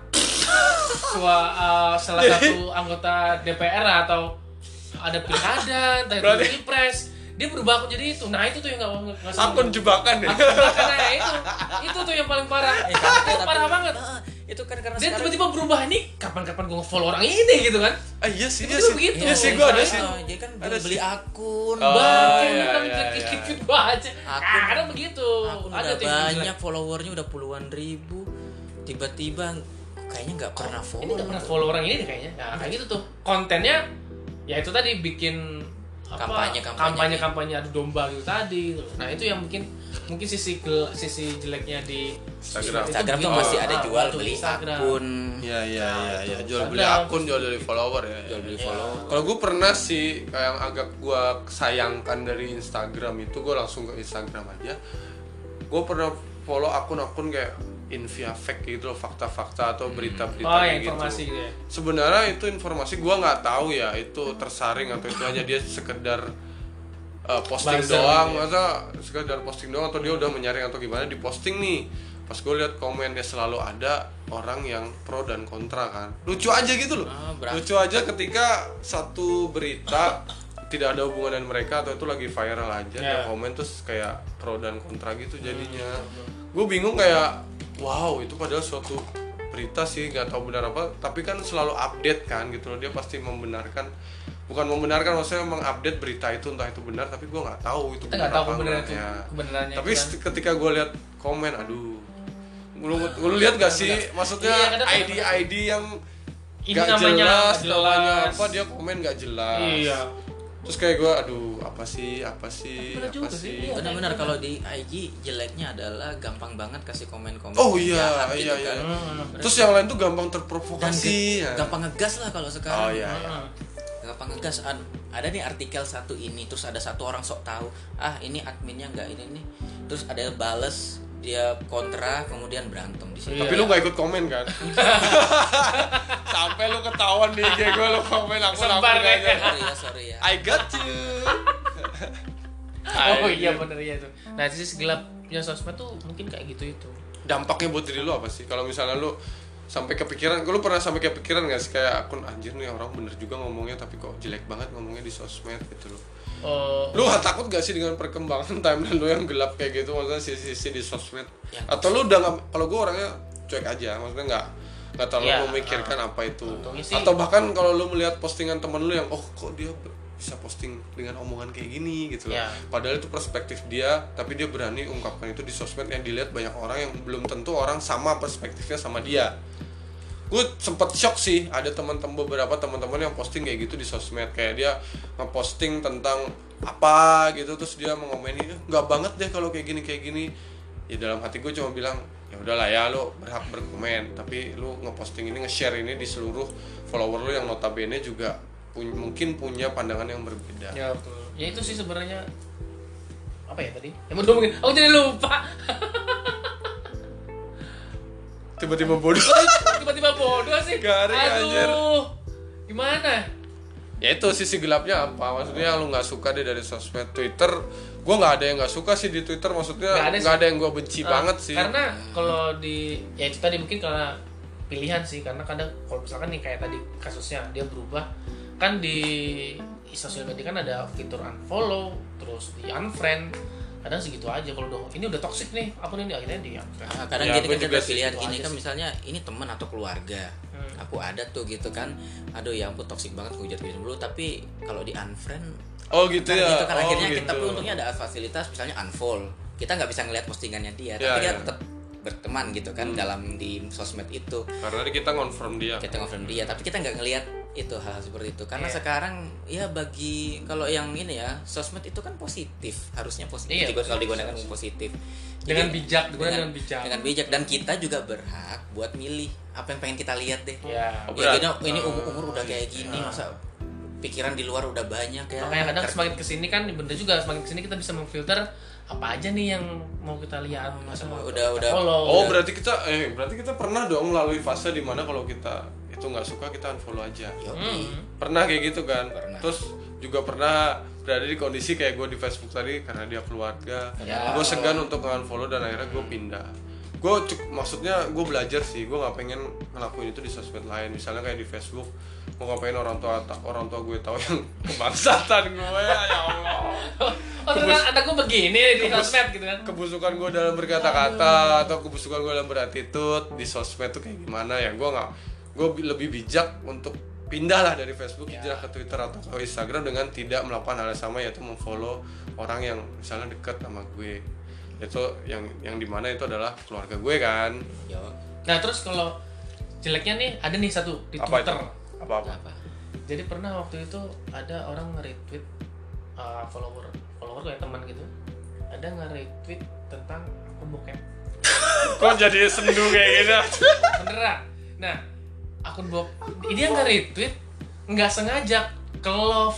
sua, uh, salah satu anggota D P R atau ada pilkada, entah itu Berarti- pilpres, dia berubah akun jadi itu. Nah itu tuh yang nggak nggak seneng. akun jebakan ya. Karena itu itu tuh yang paling parah. Eh, karena- Itu tapi- parah banget. Ah, itu kan karena Dia sekarang tiba-tiba berubah nih. Kapan-kapan gue nge-follow orang ini gitu kan? Ah iya sih, iya Tiba-tiba sih. begitu. Iya sih gue ada Nah, sih. Oh, jadi kan Ada beli sih. akun. Oh, Bangke, iya, kan iya, iya. cute-cute aja. Akun- Ah, kadang begitu. Akun Ada udah tuh yang banyak, jelek. followernya udah puluhan ribu. Tiba-tiba kayaknya nggak pernah follow. Ini nggak pernah follow orang ini deh kayaknya. Nah kayak gitu tuh. Kontennya ya itu tadi bikin apa, Kampanye-kampanye. kampanye kampanye adu domba gitu tadi. Nah itu yang mungkin mungkin sisi gel, sisi jeleknya di Instagram. itu Instagram tuh begitu. masih ada Ah, jual waktu beli Instagram. akun. Iya iya iya iya, jual beli Instagram, akun, jual beli follower ya. Jual beli Iya. follow. Kalau gue pernah sih kayak yang agak gue sayangkan dari Instagram itu gue langsung ke Instagram aja. Gue pernah follow akun-akun kayak Invia fake gitu loh, fakta-fakta atau berita-berita Oh, kayak ya, informasi gitu ya. Sebenarnya itu informasi gue nggak tahu ya itu tersaring atau itu hanya dia sekedar uh, posting Buzzer doang, gitu ya. masa sekedar posting doang atau dia udah menyaring atau gimana di posting nih. Pas gue lihat komennya selalu ada orang yang pro dan kontra kan. Lucu aja gitu loh. Ah, berantem. Lucu aja ketika satu berita tidak ada hubungan dengan mereka atau itu lagi viral aja Ya. yang komen terus kayak pro dan kontra gitu jadinya. Gue bingung kayak wow itu padahal suatu berita sih nggak tahu benar apa tapi kan selalu update kan gitu loh, dia pasti membenarkan, bukan membenarkan maksudnya mengupdate berita itu entah itu benar tapi gue nggak tahu itu Kita benar nggak tahu apa kebenaran enggak, itu ya. kebenarannya. Tapi itu kan. st- ketika gue lihat komen aduh lu, lu lihat gak sih maksudnya Iya, kadang- I D I D yang Ini gak namanya jelas, nggak namanya jelas. apa dia komen gak jelas. Iya. Terus kayak gue aduh apa sih apa sih Bener apa juga sih, sih iya. Benar-benar kalau di I G jeleknya adalah gampang banget kasih komen-komen. Oh iya, jahat iya, gitu iya. kan. Hmm. Terus yang lain tuh gampang Dan terprovokasi ge- ya. gampang ngegas lah kalau sekarang. Oh iya, iya. Ah. Gampang ngegas. Ad- ada nih artikel satu ini terus ada satu orang sok tahu ah ini adminnya nggak ini nih terus ada yang bales dia kontra kemudian berantem di situ. Iya. Tapi lu gak ikut komen kan? Sampai lu ketahuan di I G gue lu komen aku Sebar aja. ya. Sorry ya sorry ya. I got you. Oh Ay, iya bener ya itu. Nah sisi gelapnya sosmed tuh mungkin kayak gitu itu. Dampaknya buat diri lu apa sih? Kalau misalnya lu sampai kepikiran, lu pernah sampai kepikiran gak sih kayak akun anjir nih orang bener juga ngomongnya tapi kok jelek banget ngomongnya di sosmed gitu loh. Oh, Lu gak takut gak sih dengan perkembangan timeline lu yang gelap kayak gitu maksudnya sisi-sisi di sosmed? Ya. Atau lu udah gak, kalau gue orangnya cuek aja, maksudnya nggak nggak terlalu Ya, memikirkan apa itu. untungnya sih- Atau bahkan kalau lu melihat postingan temen lu yang oh kok dia bisa posting dengan omongan kayak gini gitu loh. Ya. Padahal itu perspektif dia, tapi dia berani ungkapkan itu di sosmed yang dilihat banyak orang yang belum tentu orang sama perspektifnya sama dia. Gue sempet shock sih, ada teman-teman beberapa teman-teman yang posting kayak gitu di sosmed, kayak dia ngeposting tentang apa gitu terus dia mengomeni nggak banget deh kalau kayak gini kayak gini. Ya dalam hati gue cuma bilang ya udahlah ya lo berhak berkomen, tapi lo ngeposting ini nge-share ini di seluruh follower lo yang notabene juga pun- mungkin punya pandangan yang berbeda. ya betul. Ya itu sih sebenarnya apa ya tadi? Yang mau ngomongin, aku jadi lupa. tiba-tiba bodoh. Tiba-tiba bodoh sih. Garing, anjir. Aduh. Gimana? Ya itu sisi gelapnya apa? Maksudnya lu nggak suka deh dari sosmed Twitter. Gue nggak ada yang nggak suka sih di Twitter. Maksudnya Nggak ada nggak sih. ada yang gue benci Uh, banget sih. Karena kalau di ya itu tadi mungkin karena pilihan sih, karena kadang kalau misalkan nih kayak tadi kasusnya dia berubah kan di sosial media kan ada fitur unfollow, terus di unfriend. Kadang segitu aja kalau udah ini udah toxic nih akun ini akhirnya di unfriend. Ah, kadang Ya, gini gua kan juga ada sih, pilihan itu gini aja kan sih. misalnya ini teman atau keluarga. Hmm. Aku ada tuh gitu kan. Aduh ya ampun toksik banget hujat-hujat dulu, tapi kalau di unfriend Oh gitu kan ya. gitu kan Oh, akhirnya gitu. kita pun untungnya ada fasilitas misalnya unfollow. Kita nggak bisa ngelihat postingannya dia, Ya, tapi kita ya. tetap berteman gitu kan Hmm. dalam di sosmed itu. Karena kita confirm dia. Kita ngefriend dia, tapi kita nggak ngelihat itu hal seperti itu karena Iya. sekarang ya bagi kalau yang ini ya sosmed itu kan positif, harusnya positif Iya, juga kalau positif, digunakan positif. positif Dengan Jadi, bijak, digunakan dengan, dengan bijak. dengan bijak dan kita juga berhak buat milih apa yang pengen kita lihat deh. Ya. Oh, Ya berat. gini, ini Oh, umur umur udah kayak gini iya. masa pikiran di luar udah banyak ya. Makanya kadang Ker- semakin kesini kan bener juga, semakin kesini kita bisa memfilter apa aja nih yang mau kita lihat, masa mau Udah- kita udah- follow. Oh berarti kita eh berarti kita pernah dong melalui fase dimana kalau kita itu nggak suka kita unfollow aja. Yoi. Hmm. Pernah kayak gitu kan. Pernah. Terus juga pernah berada di kondisi kayak gue di Facebook tadi karena dia keluarga. Ya. Gue segan untuk unfollow dan akhirnya gue pindah. Gue maksudnya gue belajar sih. Gue nggak pengen ngelakuin itu di sosmed lain. Misalnya kayak di Facebook. Gue nggak pengen orang tua orang tua gue tahu yang kebangsatan gue ya Allah. Oh ternyata anak gue begini di sosmed gitu kan. Kebusukan gue dalam berkata-kata atau kebusukan gue dalam berattitude di sosmed tuh kayak gimana ya? Gue nggak, gue lebih bijak untuk pindah lah dari Facebook Ya. hijrah ke Twitter atau ke Instagram dengan tidak melakukan hal yang sama, yaitu memfollow orang yang misalnya deket sama gue. Itu yang yang dimana itu adalah keluarga gue kan. Yo, Nah terus kalau jeleknya nih ada nih satu di Apa Twitter. itu? Apa-apa? apa? Jadi pernah waktu itu ada orang nge-retweet uh, follower follower kayak teman gitu. Ada nge-retweet tentang akun bokep. Kok jadi sendu kayak gini? Beneran. Nah, akun bok dia nge-retweet nggak sengaja ke love.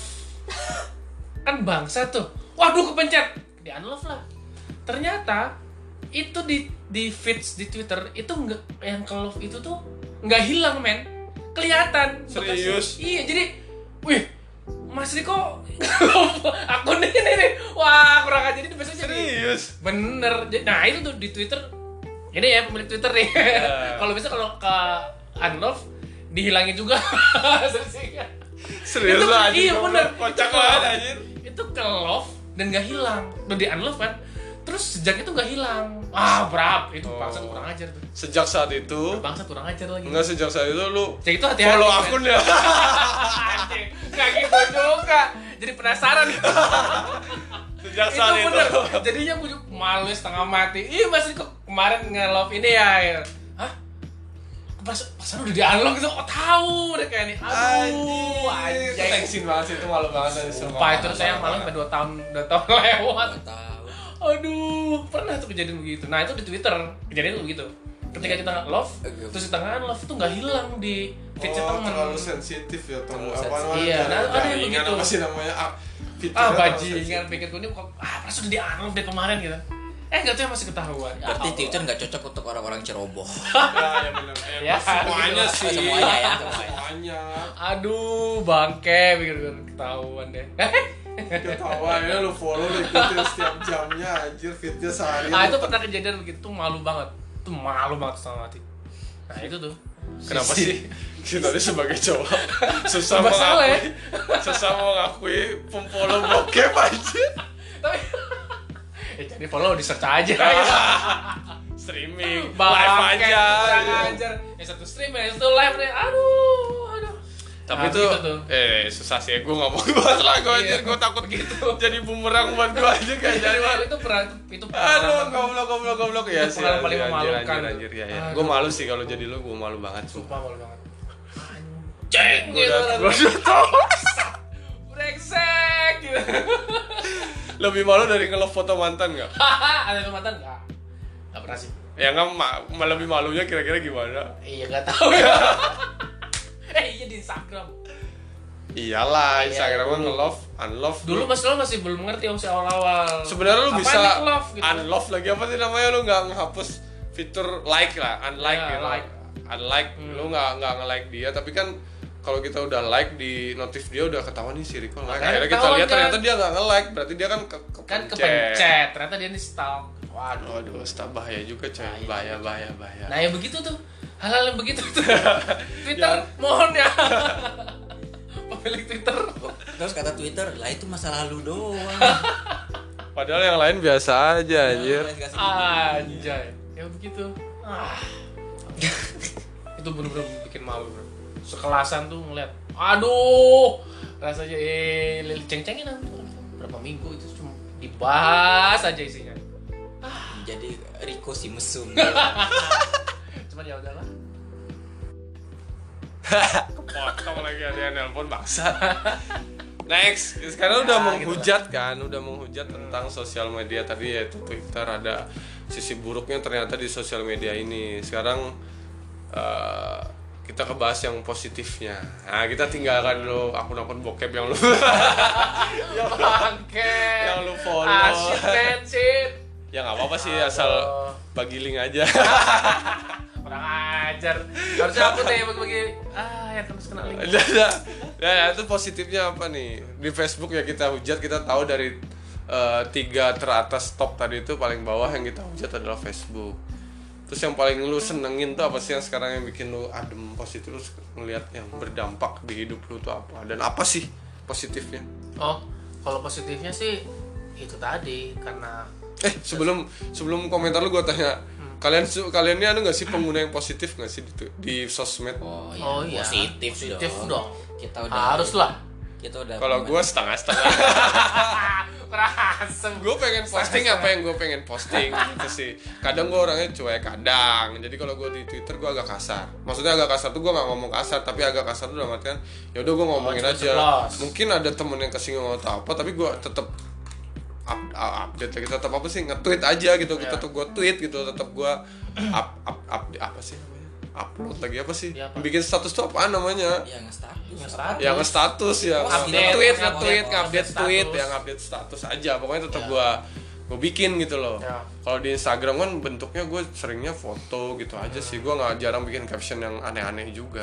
Kan bangsa tuh. Waduh kepencet. Di unlove lah. Ternyata itu di di feeds di Twitter itu nggak yang ke love itu tuh nggak hilang men, kelihatan. Serius? Bekasnya. Iya jadi, wih Mas Riko akun ini nih, wah kurang aja itu biasanya jadi Serius? bener. Nah itu tuh di Twitter ini ya pemilik Twitter nih. Ya. Kalau bisa kalau ke unlove dihilangin juga. Serius Itu- lah iya, bener. Kocak Itu banget kalau- anjir. Itu ke love dan gak hilang, udah di unlove kan. Terus sejak itu gak hilang. Ah berap itu Oh. bangsat kurang ajar tuh. Sejak saat itu Bangsat kurang ajar lagi. enggak sejak saat itu lu Sejak itu hati-hati. follow men. akun ya. Anjing, nggak gitu juga. Jadi penasaran. Sejak Itu saat itu. bener. Jadinya gue malu setengah mati. Ih Mas Riko kemarin nge-love ini ya. Hah? Pas pasan udah di-unlock gitu. Oh tahu deh kayak nih. Aduh, Anjir. anjing. Tensin banget sih, itu malu banget sih. Sumpah itu saya malu sampai dua tahun dua tahun lewat. Nggak tahu. Aduh, pernah tuh kejadian begitu. Nah, itu di Twitter. Kejadian tuh begitu. Ketika kita love, terus di tengah love itu nggak hilang di feed-nya Oh, temen. terlalu sensitif ya temen. Terlalu Apa sensitif. namanya? Iya, nah, ada yang Jaringan begitu. apa sih namanya? Ah, fiturnya Ah, terlalu bajingan sensitif. pikirku ini kok ah, pas udah di-unlock dari kemarin gitu. Eh, nggak tahu ya masih ketahuan. Ya Berarti Allah. Twitter nggak cocok untuk orang-orang ceroboh. Ya, ya benar. Eh, Ya, semuanya gitu. sih. Semuanya ya, Semuanya. Aduh, bangke pikir-pikir ketahuan deh. Ketawa ya lu follow lu ikutin setiap jamnya anjir fitnya sehari. Ah, itu pernah kejadian begitu tuh malu banget. Itu malu banget sama hati. Nah, itu tuh. Kenapa sih kita tadi sebagai cowok susah Serba salah ya. mengakui susah mengakui pemfollow bokep aja. Tapi ya jadi follow di search aja. Streaming, live Bangke, aja. kurang ajar. Yang satu stream, yang satu live nih. Aduh, aduh. Tapi Nah, itu gitu tuh. eh susah sih, gue gak mau bahas lah gue Iya. anjir, gue takut gitu jadi bumerang buat gue aja kayak Jadi jadi. itu pernah itu Aduh, pengalaman. goblok goblok goblok ya Itu sih. pengalaman paling anjir, memalukan. Anjir, anjir, ya, ya. Aduh. Gue malu sih kalau jadi lu, gue malu banget sumpah. Sumpah malu banget. Anjing. Gue gitu. udah, gue udah tau. Brengsek gitu. Lebih malu dari nge-love foto mantan gak? Ada mantan enggak? Enggak pernah sih. Ya nggak, ma- ma- lebih malunya kira-kira gimana? Iya enggak tahu ya. Eh iya di Instagram. Iyalah, Iya, Instagram kan dulu. nge-love, unlove. Dulu Mas Lo masih belum ngerti yang si awal-awal. Sebenarnya lu Apaan bisa nih love gitu? unlove lagi apa sih namanya, lu nggak ngehapus fitur like lah, unlike Ya, gitu. like. Unlike Hmm. lu nggak nggak nge-like dia, tapi kan kalau kita udah like di notif dia udah ketahuan nih si Rico like. Makanya Akhirnya kita ketahuan lihat kan. ternyata dia nggak nge-like, berarti dia kan ke Kan kepencet, ternyata dia di stalk. Waduh. Waduh, stop bahaya juga coy. Bahaya. Bahaya, bahaya, bahaya. Nah, yang begitu tuh. Hal-hal yang begitu tuh. Twitter, mohon ya. Pemilik Twitter. Terus kata Twitter, lah itu masa lalu doang. Padahal yang lain biasa aja anjir. Anjay. Yang begitu. Ah. Itu bener-bener bikin malu, bro. Sekelasan tuh ngeliat. Aduh. Rasanya eh lili ceng-cengin nanti. Berapa minggu itu cuma dibahas aja isinya. Jadi Rico si mesum. Cuman ya udahlah. Kepotong lagi ada yang nelpon bangsa. Next, sekarang udah Ya, menghujat kan, udah menghujat tentang sosial media tadi yaitu Twitter, ada sisi buruknya ternyata di sosial media ini. Sekarang eh, kita kebahas yang positifnya. Nah, kita tinggalkan dulu akun-akun bokep yang lu Bangke. yang lu follow. Asyik man, shit. Ya nggak apa-apa sih, Aduh. asal bagi link aja. Kurang ajar. Harusnya aku deh bagi-bagi. Ah, ya terus kena link. Nah, nah, nah, itu positifnya apa nih? Di Facebook ya kita hujat, kita tahu dari eh, tiga teratas top tadi itu paling bawah yang kita hujat adalah Facebook. Terus yang paling lu senengin tuh apa sih yang sekarang yang bikin lu adem positif, lu ngelihat yang berdampak di hidup lu tuh apa? Dan apa sih positifnya? Oh, kalau positifnya sih itu tadi karena Eh, sebelum sebelum komentar lu gua tanya, Hmm. kalian su- kalian ini ada nggak sih pengguna yang positif nggak sih di, di sosmed? Oh iya, Oh iya, positif, positif dong. dong. Kita udah harus lah. Kita udah Kalau gua setengah-setengah. Kurang asem. Gue pengen posting apa yang gue pengen posting gitu sih. Kadang gue orangnya cuek kadang. Jadi kalau gue di Twitter gue agak kasar. Maksudnya agak kasar tuh gue nggak ngomong kasar, tapi agak kasar tuh dalam artian ya udah gue ngomongin Oh, aja. ceplos. Mungkin ada temen yang kesinggung atau apa, tapi gue tetap up, up, update lagi, tetap apa sih, nge-tweet aja gitu. Ya. Tetap gue tweet gitu, tetap gue up, up, up, apa sih namanya? Upload lagi apa sih? Ya, apa? Bikin status tuh apaan namanya? yang status. Nge-status. Yang nge-status ya, Oh, nge-tweet, update, nge-tweet, update, nge-update update tweet, status. yang update status aja. Pokoknya tetap Ya. gua gua bikin gitu loh. Ya. Kalau di Instagram kan bentuknya gue seringnya foto gitu aja sih. Gua nggak jarang bikin caption yang aneh-aneh juga.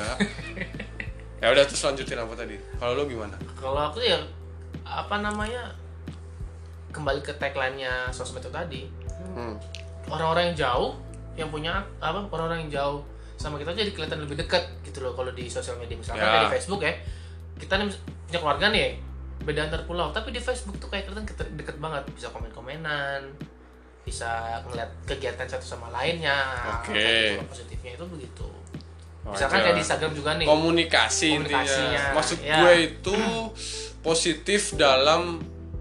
Ya udah, terus lanjutin apa tadi? Kalau lu gimana? Kalau aku ya apa namanya? Kembali ke tagline-nya sosmed itu tadi. Hmm. Orang-orang yang jauh yang punya apa orang-orang yang jauh sama kita jadi kelihatan lebih dekat gitu loh kalau di sosial media misalkan Ya. kayak di Facebook ya, kita nih punya keluarga nih beda antar pulau, tapi di Facebook tuh kayak kelihatan kita deket banget, bisa komen-komenan, bisa ngeliat kegiatan satu sama lainnya. Oke. Kayak gitu, positifnya itu begitu. Misalkan Wajar. kayak di Instagram juga nih, Komunikasi Komunikasinya, intinya. Maksud ya. gue itu positif dalam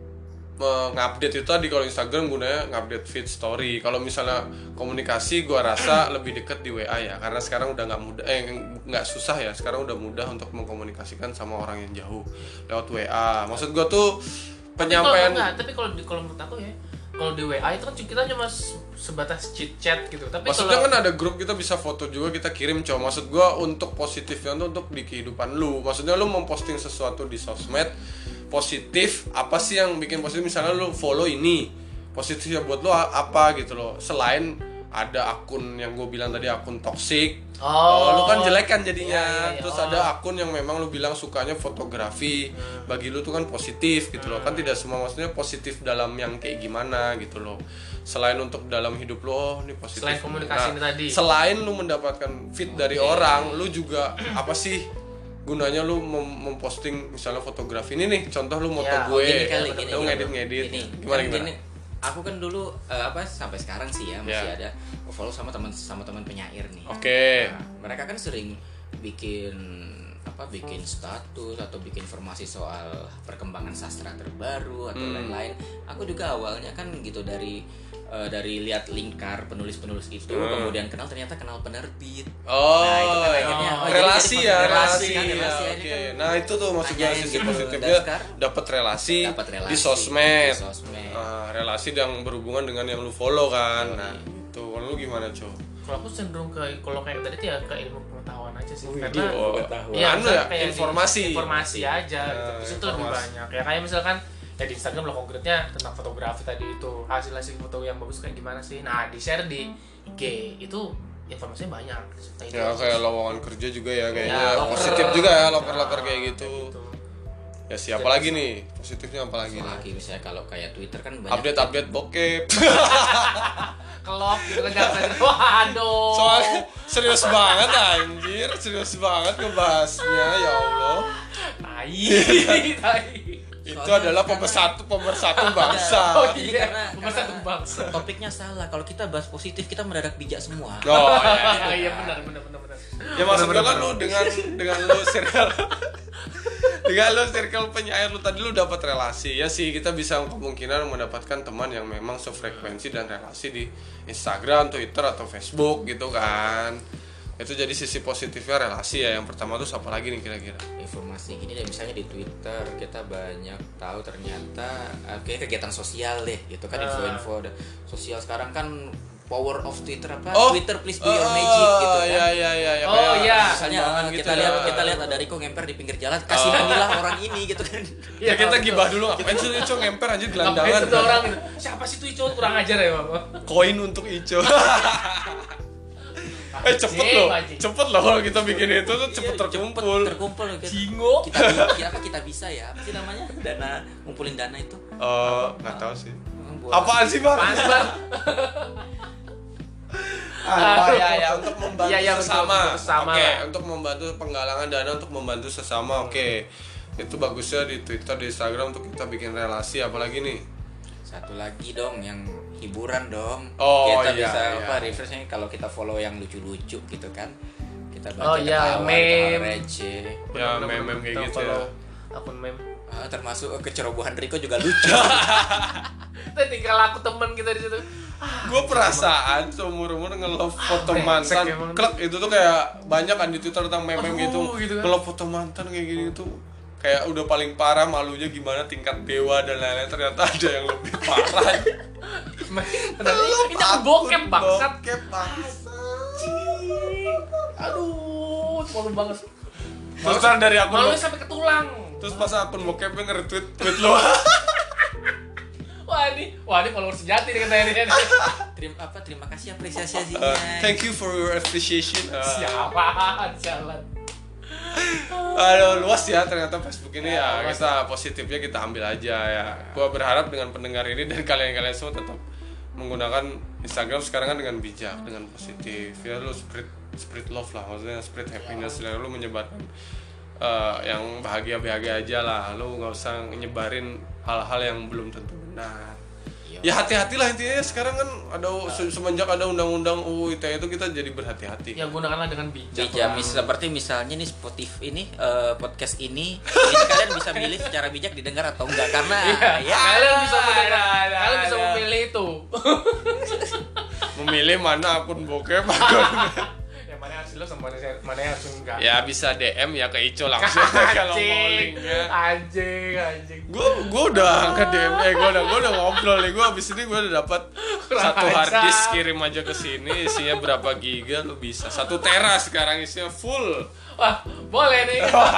mengupdate itu tadi. Kalau Instagram gunanya ngupdate feed story. Kalau misalnya komunikasi, gua rasa lebih dekat di W A ya, karena sekarang udah nggak mudah, eh nggak susah ya. Sekarang udah mudah untuk mengkomunikasikan sama orang yang jauh lewat W A. Maksud gua tuh Tapi kalau penyampaian. enggak, tapi kalau di kalau menurut aku ya, kalau di W A itu kan kita cuma se- sebatas chit chat gitu. Tapi Maksudnya kalau kan ada grup, kita bisa foto juga, kita kirim cow. Maksud gua untuk positifnya tuh untuk di kehidupan lu. Maksudnya lu memposting sesuatu di sosmed positif, apa sih yang bikin positif? Misalnya lu follow ini, positifnya buat lu a- apa gitu loh. Selain ada akun yang gue bilang tadi, akun toksik. Oh. lu kan jelek kan jadinya. Iya, iya, iya. Terus Oh. ada akun yang memang lu bilang sukanya fotografi. Hmm. Bagi lu tuh kan positif gitu loh. Kan tidak semua, maksudnya positif dalam yang kayak gimana gitu loh. Selain untuk dalam hidup lu, oh ini positif. Selain komunikasi ini tadi. Selain lu mendapatkan feed dari orang, lu juga apa sih gunanya lu mem- memposting misalnya fotografi ini nih, contoh lu moto Ya, gue, Gini kali, gini, lu gini. ngedit-ngedit, Gini, gimana kan gimana? gini, aku kan dulu eh, apa sampai sekarang sih ya masih Ya. ada follow sama teman sama teman penyair nih. Oke. Nah, mereka kan sering bikin apa bikin status atau bikin informasi soal perkembangan sastra terbaru atau Hmm. lain-lain. Aku juga awalnya kan gitu dari eh, dari lihat lingkar penulis-penulis itu, Hmm. kemudian kenal ternyata kenal penerbit. Oh, Nah, itu kan akhirnya, oh, jadi relasi jadi ya, relasi relasi, kan, ya, relasi aja oke. kan. Nah itu tuh maksudnya Tanyain sisi gitu. positifnya, Dan sekarang dapat relasi, dapat relasi di sosmed, di sosmed. Nah, relasi yang berhubungan dengan yang lu follow kan. Yoi. Nah itu, kalau lu gimana cow? kalau aku cenderung ke kalau kayak tadi tuh ya ke ilmu pengetahuan aja sih, Wih, karena Oh, pengetahuan. iya, anu misalkan ya, kayak di- informasi. informasi aja gitu. Nah, Terus itu lebih informasi. banyak ya, kayak misalkan Ya di Instagram lo konkretnya tentang fotografi tadi itu, hasil-hasil foto yang bagus kayak gimana sih. Nah, di-share di I G itu informasinya banyak. Nah, itu Ya kayak lowongan kerja juga ya kayaknya Ya, loker. positif juga ya loker-loker Nah, kayak gitu. gitu. Ya siapa lagi nih? Positifnya apa lagi nih? Lagi misalnya kalau kayak Twitter kan banyak Update-update bokep. Kelop gitu kan jangan saja. Waduh. Soalnya serius banget anjir, serius banget ngebahasnya ya Allah. Tai, tai. Itu Soalnya adalah karena- pemersatu pemersatu bangsa. Oh Ini iya, karena- pemersatu karena- bangsa. topiknya salah. Kalau kita bahas positif kita mendadak bijak semua. Oh ya. Iya, iya benar, benar, benar, benar. Ya maksudnya kan lu dengan dengan lu circle dengan lu circle penyair lu tadi lu dapat relasi. Ya sih kita bisa kemungkinan mendapatkan teman yang memang sefrekuensi dan relasi di Instagram, Twitter atau Facebook gitu kan. Itu jadi sisi positifnya relasi ya. Yang pertama tuh apa lagi nih kira-kira? Informasi gini deh, misalnya di Twitter kita banyak tahu ternyata eh, kayak kegiatan sosial deh gitu kan, Ah. info-info ada sosial sekarang kan power of Twitter apa Oh, Twitter please do your oh, magic gitu kan. Iya iya iya ya, Oh, kayak iya. Misalnya sumbangan eh, gitu kita ya. lihat kita lihat ada Riko ngemper di pinggir jalan, kasih Oh. namilah orang ini gitu kan. Ya kita betul. gibah dulu ngapain sih Ico ngemper anjir Ngapain gelandangan. satu orang gitu. Siapa sih tuh Ico kurang ajar ya, Bapak? Koin untuk Ico. Eh cepet Anjing, loh, anjing. cepet loh kalau kita bikin itu tuh cepet Iya, terkumpul. terkumpul gitu. Jingo. Kita kita apa kita bisa ya? Apa sih namanya? Dana ngumpulin dana itu. Eh nggak tahu sih. Buat- Apaan sih bang? Mas, Bang. Ah, Aduh. ya ya untuk membantu Iya, iya, betul, sesama. betul, sesama Oke, lah. untuk membantu penggalangan dana untuk membantu sesama. Oke. Itu bagusnya di Twitter, di Instagram untuk kita bikin relasi apalagi nih. Satu lagi dong yang hiburan dong. Oh, kita iya, bisa iya. apa referensinya kalau kita follow yang lucu-lucu gitu kan. Kita Oh, baca iya, ketawa, meme. ketawa receh. Ya, Bener, bener, meme-meme kayak bener. gitu Kalau ya. akun meme. Ah, termasuk eh, kecerobohan Riko juga lucu. Kita tinggal aku temen kita di situ. Gue perasaan seumur-umur nge-love foto brengsek mantan. emang. Klek itu tuh kayak banyak kan di Twitter tentang meme-meme Aduh, gitu. gitu kan. Nge-love foto mantan kayak gini tuh kayak udah paling parah, malunya gimana tingkat dewa dan lain-lain, ternyata ada yang lebih parah. Bener, ini aku bokep bangsat. Bokep bangsat. Aduh, malu banget. Terus kan dari akun Malu bokep, sampai ke tulang. terus pas akun bokepnya nge-retweet tweet lo. Wah ini, wah ini follower sejati nih katanya nih. Terima apa terima kasih apresiasinya. Uh, thank you for your appreciation. Uh, Siapa? Jalan. Aduh, luas ya ternyata Facebook ini Ya, ya, luas kita positifnya kita ambil aja ya. Gua berharap dengan pendengar ini dan kalian-kalian semua tetap menggunakan Instagram sekarang kan dengan bijak, dengan positif. Ya lu spread spread love lah, maksudnya spread happiness, ya. Lu menyebarkan uh, yang bahagia-bahagia aja lah. Lu nggak usah nyebarin hal-hal yang belum tentu benar. Ya hati-hatilah intinya sekarang kan ada se- semenjak ada undang-undang U U I T E itu kita jadi berhati-hati. Ya gunakanlah dengan bijak. Bijak, mis- seperti misalnya nih Spotify ini eh, podcast ini, ini kalian bisa milih secara bijak didengar atau enggak karena Iya, ya kalian bisa mendengar, ada, kalian bisa ada. memilih itu. Memilih mana akun bokep akun. Yang mana harus lo sama mana mana yang harus enggak. Ya bisa D M ya ke Ico langsung kalau mau Anjing, linknya. anjing, anjing. Gue gue udah ke D M, eh gue udah gue udah ngobrol nih, gue abis ini gue udah dapat satu hard ajar. disk, kirim aja ke sini isinya berapa giga lu bisa satu tera sekarang isinya full. Wah, boleh nih.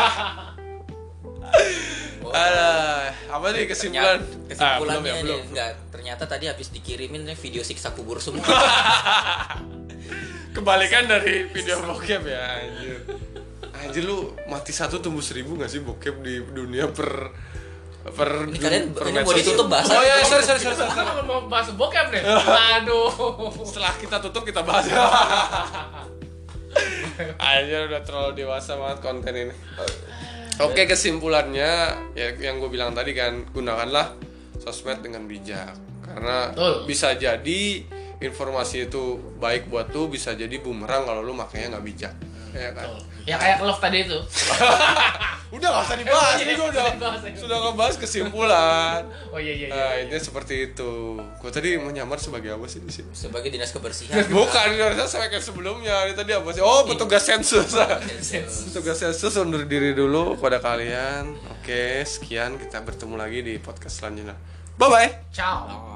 Alah, apa nih kesimpulan? Ternyata- kesimpulannya Ah, belum ya, nih, belum. enggak ternyata tadi habis dikirimin nih video siksa kubur semua. Kebalikan dari video bokep ya anjir. Anjir lu mati satu tumbuh seribu gak sih bokep di dunia per per Ini kalian- per ini mau medsos? ditutup bahasa Oh ya, nih. sorry sorry sorry. sorry. Kita mau bahas bokep nih. Aduh. Setelah kita tutup kita bahas. Anjir udah terlalu dewasa banget konten ini. Oke, kesimpulannya ya yang gue bilang tadi kan, gunakanlah sosmed dengan bijak. Karena Betul. bisa jadi informasi itu baik buat lu, bisa jadi bumerang kalau lu makanya nggak bijak. Ya kan? Ya kayak love tadi itu. Udah gak usah dibahas, Eh, ini gue udah dibahas ya. sudah ngebahas kesimpulan. Oh iya iya iya. Nah, intinya seperti itu. Gue tadi menyamar sebagai apa sih di sini? Sebagai dinas kebersihan. Bukan, harusnya saya kayak sebelumnya. Ini tadi apa sih? Oh, petugas sensus. Sensus. Petugas sensus undur diri dulu kepada kalian. Oke, sekian, kita bertemu lagi di podcast selanjutnya. Bye bye. Ciao.